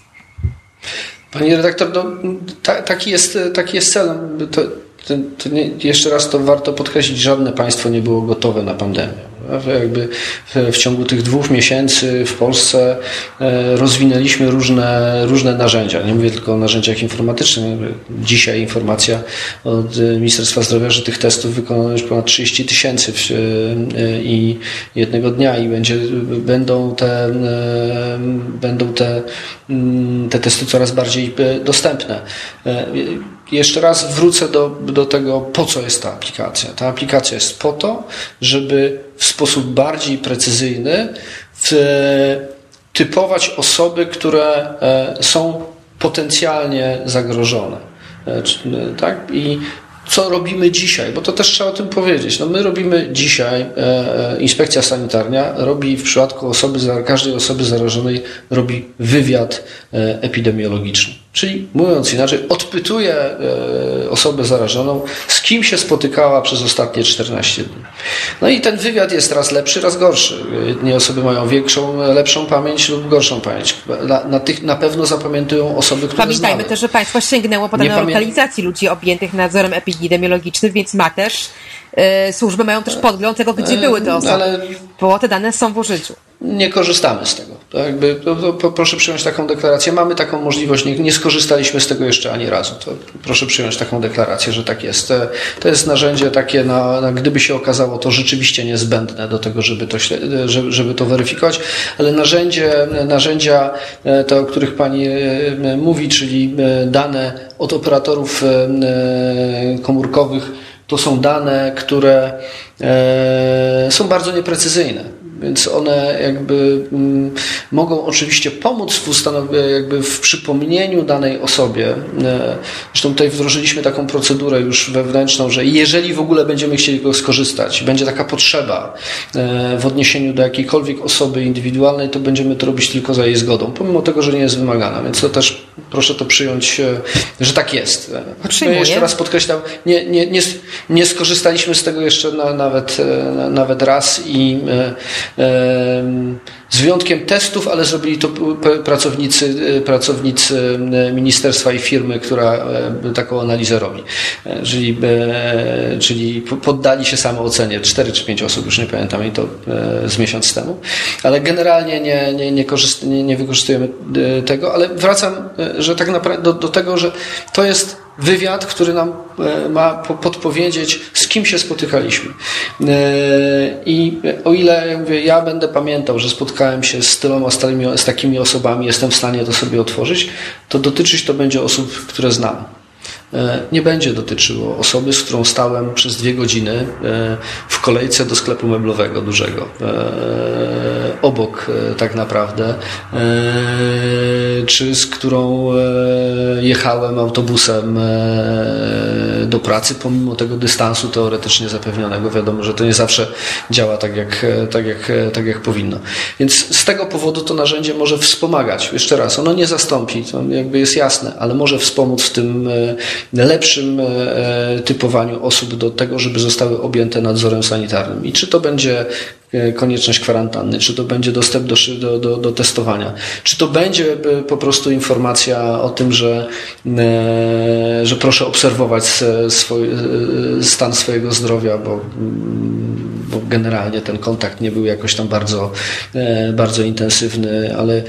Speaker 4: Pani redaktor, no, ta, taki, jest, taki jest cel. To, to, to nie, jeszcze raz to warto podkreślić, żadne państwo nie było gotowe na pandemię. Jakby w, w ciągu tych dwóch miesięcy w Polsce e, rozwinęliśmy różne, różne narzędzia. Nie mówię tylko o narzędziach informatycznych. Dzisiaj informacja od Ministerstwa Zdrowia, że tych testów wykonano już ponad trzydzieści tysięcy w, e, i jednego dnia i będzie, będą te, e, będą te, te testy coraz bardziej dostępne. E, Jeszcze raz wrócę do, do tego, po co jest ta aplikacja. Ta aplikacja jest po to, żeby w sposób bardziej precyzyjny typować osoby, które są potencjalnie zagrożone. Tak? I co robimy dzisiaj? Bo to też trzeba o tym powiedzieć. No my robimy dzisiaj, e, inspekcja sanitarna robi w przypadku osoby, każdej osoby zarażonej robi wywiad e, epidemiologiczny. Czyli mówiąc inaczej, odpytuje osobę zarażoną, z kim się spotykała przez ostatnie czternaście dni. No i ten wywiad jest raz lepszy, raz gorszy. Jedne osoby mają większą, lepszą pamięć lub gorszą pamięć. Na, na, tych, na pewno zapamiętują osoby, które
Speaker 2: Pamiętajmy
Speaker 4: znamy.
Speaker 2: też, że państwo sięgnęło po dane o lokalizacji ludzi objętych nadzorem epidemiologicznym, więc ma też, e, służby mają też podgląd tego, gdzie były te osoby, ale bo te dane są w użyciu.
Speaker 4: Nie korzystamy z tego. To jakby, to, to proszę przyjąć taką deklarację. Mamy taką możliwość, nie, nie skorzystaliśmy z tego jeszcze ani razu. To proszę przyjąć taką deklarację, że tak jest. To jest narzędzie takie, na, na, gdyby się okazało to rzeczywiście niezbędne do tego, żeby to, żeby, żeby to weryfikować, ale narzędzie, narzędzia, te, o których Pani mówi, czyli dane od operatorów komórkowych, to są dane, które są bardzo nieprecyzyjne. Więc one jakby m, mogą oczywiście pomóc w ustanowieniu, jakby w przypomnieniu danej osobie. Zresztą tutaj wdrożyliśmy taką procedurę już wewnętrzną, że jeżeli w ogóle będziemy chcieli go skorzystać, będzie taka potrzeba e, w odniesieniu do jakiejkolwiek osoby indywidualnej, to będziemy to robić tylko za jej zgodą, pomimo tego, że nie jest wymagana. Więc to też proszę to przyjąć, e, że tak jest.
Speaker 2: Przyjmuję.
Speaker 4: Jeszcze raz podkreślam, nie, nie, nie, nie skorzystaliśmy z tego jeszcze na, nawet, e, nawet raz i e, z wyjątkiem testów, ale zrobili to pracownicy, pracownicy ministerstwa i firmy, która taką analizę robi. Czyli, czyli poddali się samoocenie. Cztery czy pięć osób, już nie pamiętam, i to z miesiąc temu. Ale generalnie nie, nie, nie, korzyst, nie, nie wykorzystujemy tego, ale wracam, że tak naprawdę do, do tego, że to jest wywiad, który nam ma podpowiedzieć, z kim się spotykaliśmy. I o ile ja, mówię, ja będę pamiętał, że spotkałem się z tyloma, z takimi, z takimi osobami, jestem w stanie to sobie otworzyć, to dotyczyć to będzie osób, które znam. Nie będzie dotyczyło osoby, z którą stałem przez dwie godziny w kolejce do sklepu meblowego dużego. Obok tak naprawdę. Czy z którą jechałem autobusem do pracy, pomimo tego dystansu teoretycznie zapewnionego. Wiadomo, że to nie zawsze działa tak jak, tak jak, tak jak powinno. Więc z tego powodu to narzędzie może wspomagać. Jeszcze raz, ono nie zastąpi, to jakby jest jasne, ale może wspomóc w tym lepszym typowaniu osób do tego, żeby zostały objęte nadzorem sanitarnym. I czy to będzie konieczność kwarantanny, czy to będzie dostęp do, do, do, do testowania, czy to będzie po prostu informacja o tym, że, że proszę obserwować swój, stan swojego zdrowia, bo, bo generalnie ten kontakt nie był jakoś tam bardzo, bardzo intensywny, ale,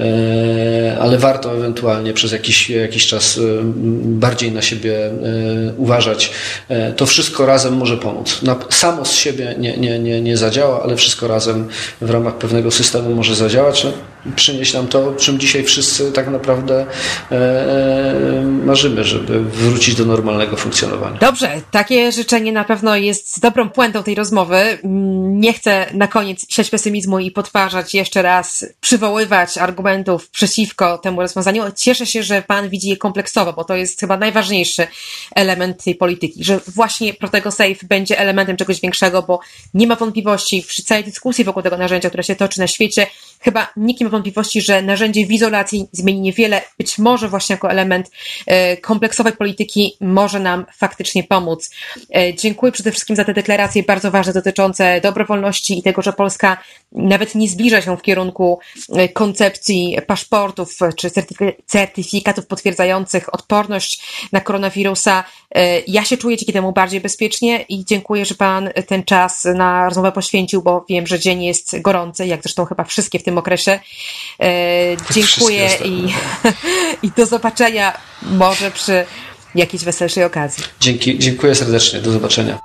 Speaker 4: ale warto ewentualnie przez jakiś, jakiś czas bardziej na siebie uważać. To wszystko razem może pomóc. Samo z siebie nie, nie, nie, nie zadziała, ale wszystko razem w ramach pewnego systemu może zadziałać. No, przynieść nam to, czym dzisiaj wszyscy tak naprawdę e, marzymy, żeby wrócić do normalnego funkcjonowania.
Speaker 2: Dobrze, takie życzenie na pewno jest dobrą puentą tej rozmowy. Nie chcę na koniec siać pesymizmu i podważać jeszcze raz, przywoływać argumentów przeciwko temu rozwiązaniu. Cieszę się, że Pan widzi je kompleksowo, bo to jest chyba najważniejszy element tej polityki, że właśnie Protego Safe będzie elementem czegoś większego, bo nie ma wątpliwości przy całej dyskusji wokół tego narzędzia, która się toczy na świecie, chyba nikt nie ma wątpliwości, że narzędzie w izolacji zmieni niewiele. Być może właśnie jako element e, kompleksowej polityki może nam faktycznie pomóc. E, dziękuję przede wszystkim za te deklaracje bardzo ważne dotyczące dobrowolności i tego, że Polska nawet nie zbliża się w kierunku e, koncepcji paszportów czy certyfi- certyfikatów potwierdzających odporność na koronawirusa. E, ja się czuję dzięki temu bardziej bezpiecznie i dziękuję, że Pan ten czas na rozmowę poświęcił, bo wiem, że dzień jest gorący, jak zresztą chyba wszystkie w tym okresie. E, dziękuję i, i do zobaczenia może przy jakiejś weselszej okazji.
Speaker 4: Dzięki, dziękuję serdecznie. Do zobaczenia.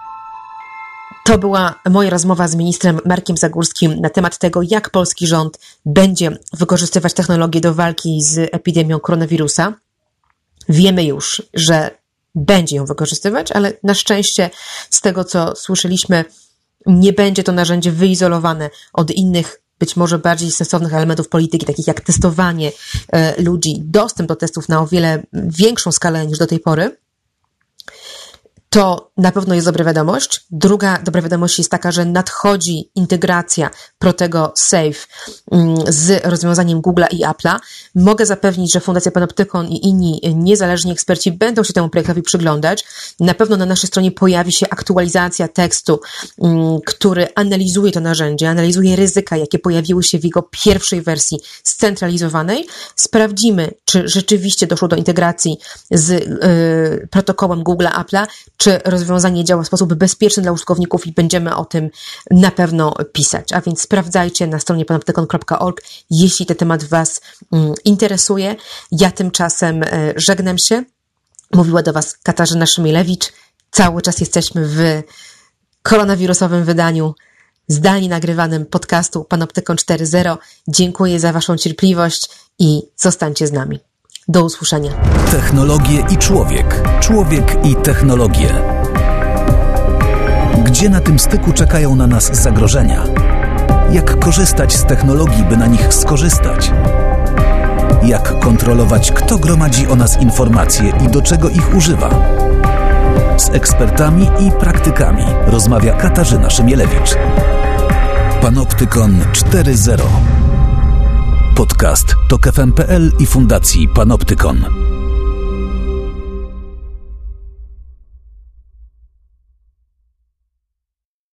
Speaker 2: To była moja rozmowa z ministrem Markiem Zagórskim na temat tego, jak polski rząd będzie wykorzystywać technologię do walki z epidemią koronawirusa. Wiemy już, że będzie ją wykorzystywać, ale na szczęście z tego, co słyszeliśmy, nie będzie to narzędzie wyizolowane od innych, być może bardziej sensownych elementów polityki, takich jak testowanie e, ludzi, dostęp do testów na o wiele większą skalę niż do tej pory.
Speaker 1: to na pewno jest dobra wiadomość. Druga dobra wiadomość jest taka, że nadchodzi integracja Protego Safe z rozwiązaniem Google'a i Apple'a. Mogę zapewnić, że Fundacja Panoptykon i inni niezależni eksperci będą się temu projektowi przyglądać. Na pewno na naszej stronie pojawi się aktualizacja tekstu, który analizuje to narzędzie, analizuje ryzyka, jakie pojawiły się w jego pierwszej wersji scentralizowanej. Sprawdzimy, czy rzeczywiście doszło do integracji z y, protokołem Google'a, Apple'a, czy rozwiązanie działa w sposób bezpieczny dla użytkowników i będziemy o tym na pewno pisać. A więc sprawdzajcie na stronie panoptykon kropka org, jeśli ten temat Was mm, interesuje. Ja tymczasem y, żegnam się. Mówiła do Was Katarzyna Szymielewicz. Cały czas jesteśmy w koronawirusowym wydaniu zdalnie nagrywanym podcastu Panoptykon cztery zero. Dziękuję za Waszą cierpliwość i zostańcie z nami. Do usłyszenia.
Speaker 3: Technologie i człowiek. Człowiek i technologie. Gdzie na tym styku czekają na nas zagrożenia? Jak korzystać z technologii, by na nich skorzystać? Jak kontrolować, kto gromadzi o nas informacje i do czego ich używa? Z ekspertami i praktykami rozmawia Katarzyna Szymielewicz. Panoptykon cztery zero. Podcast Tok F M kropka P L i Fundacji Panoptykon.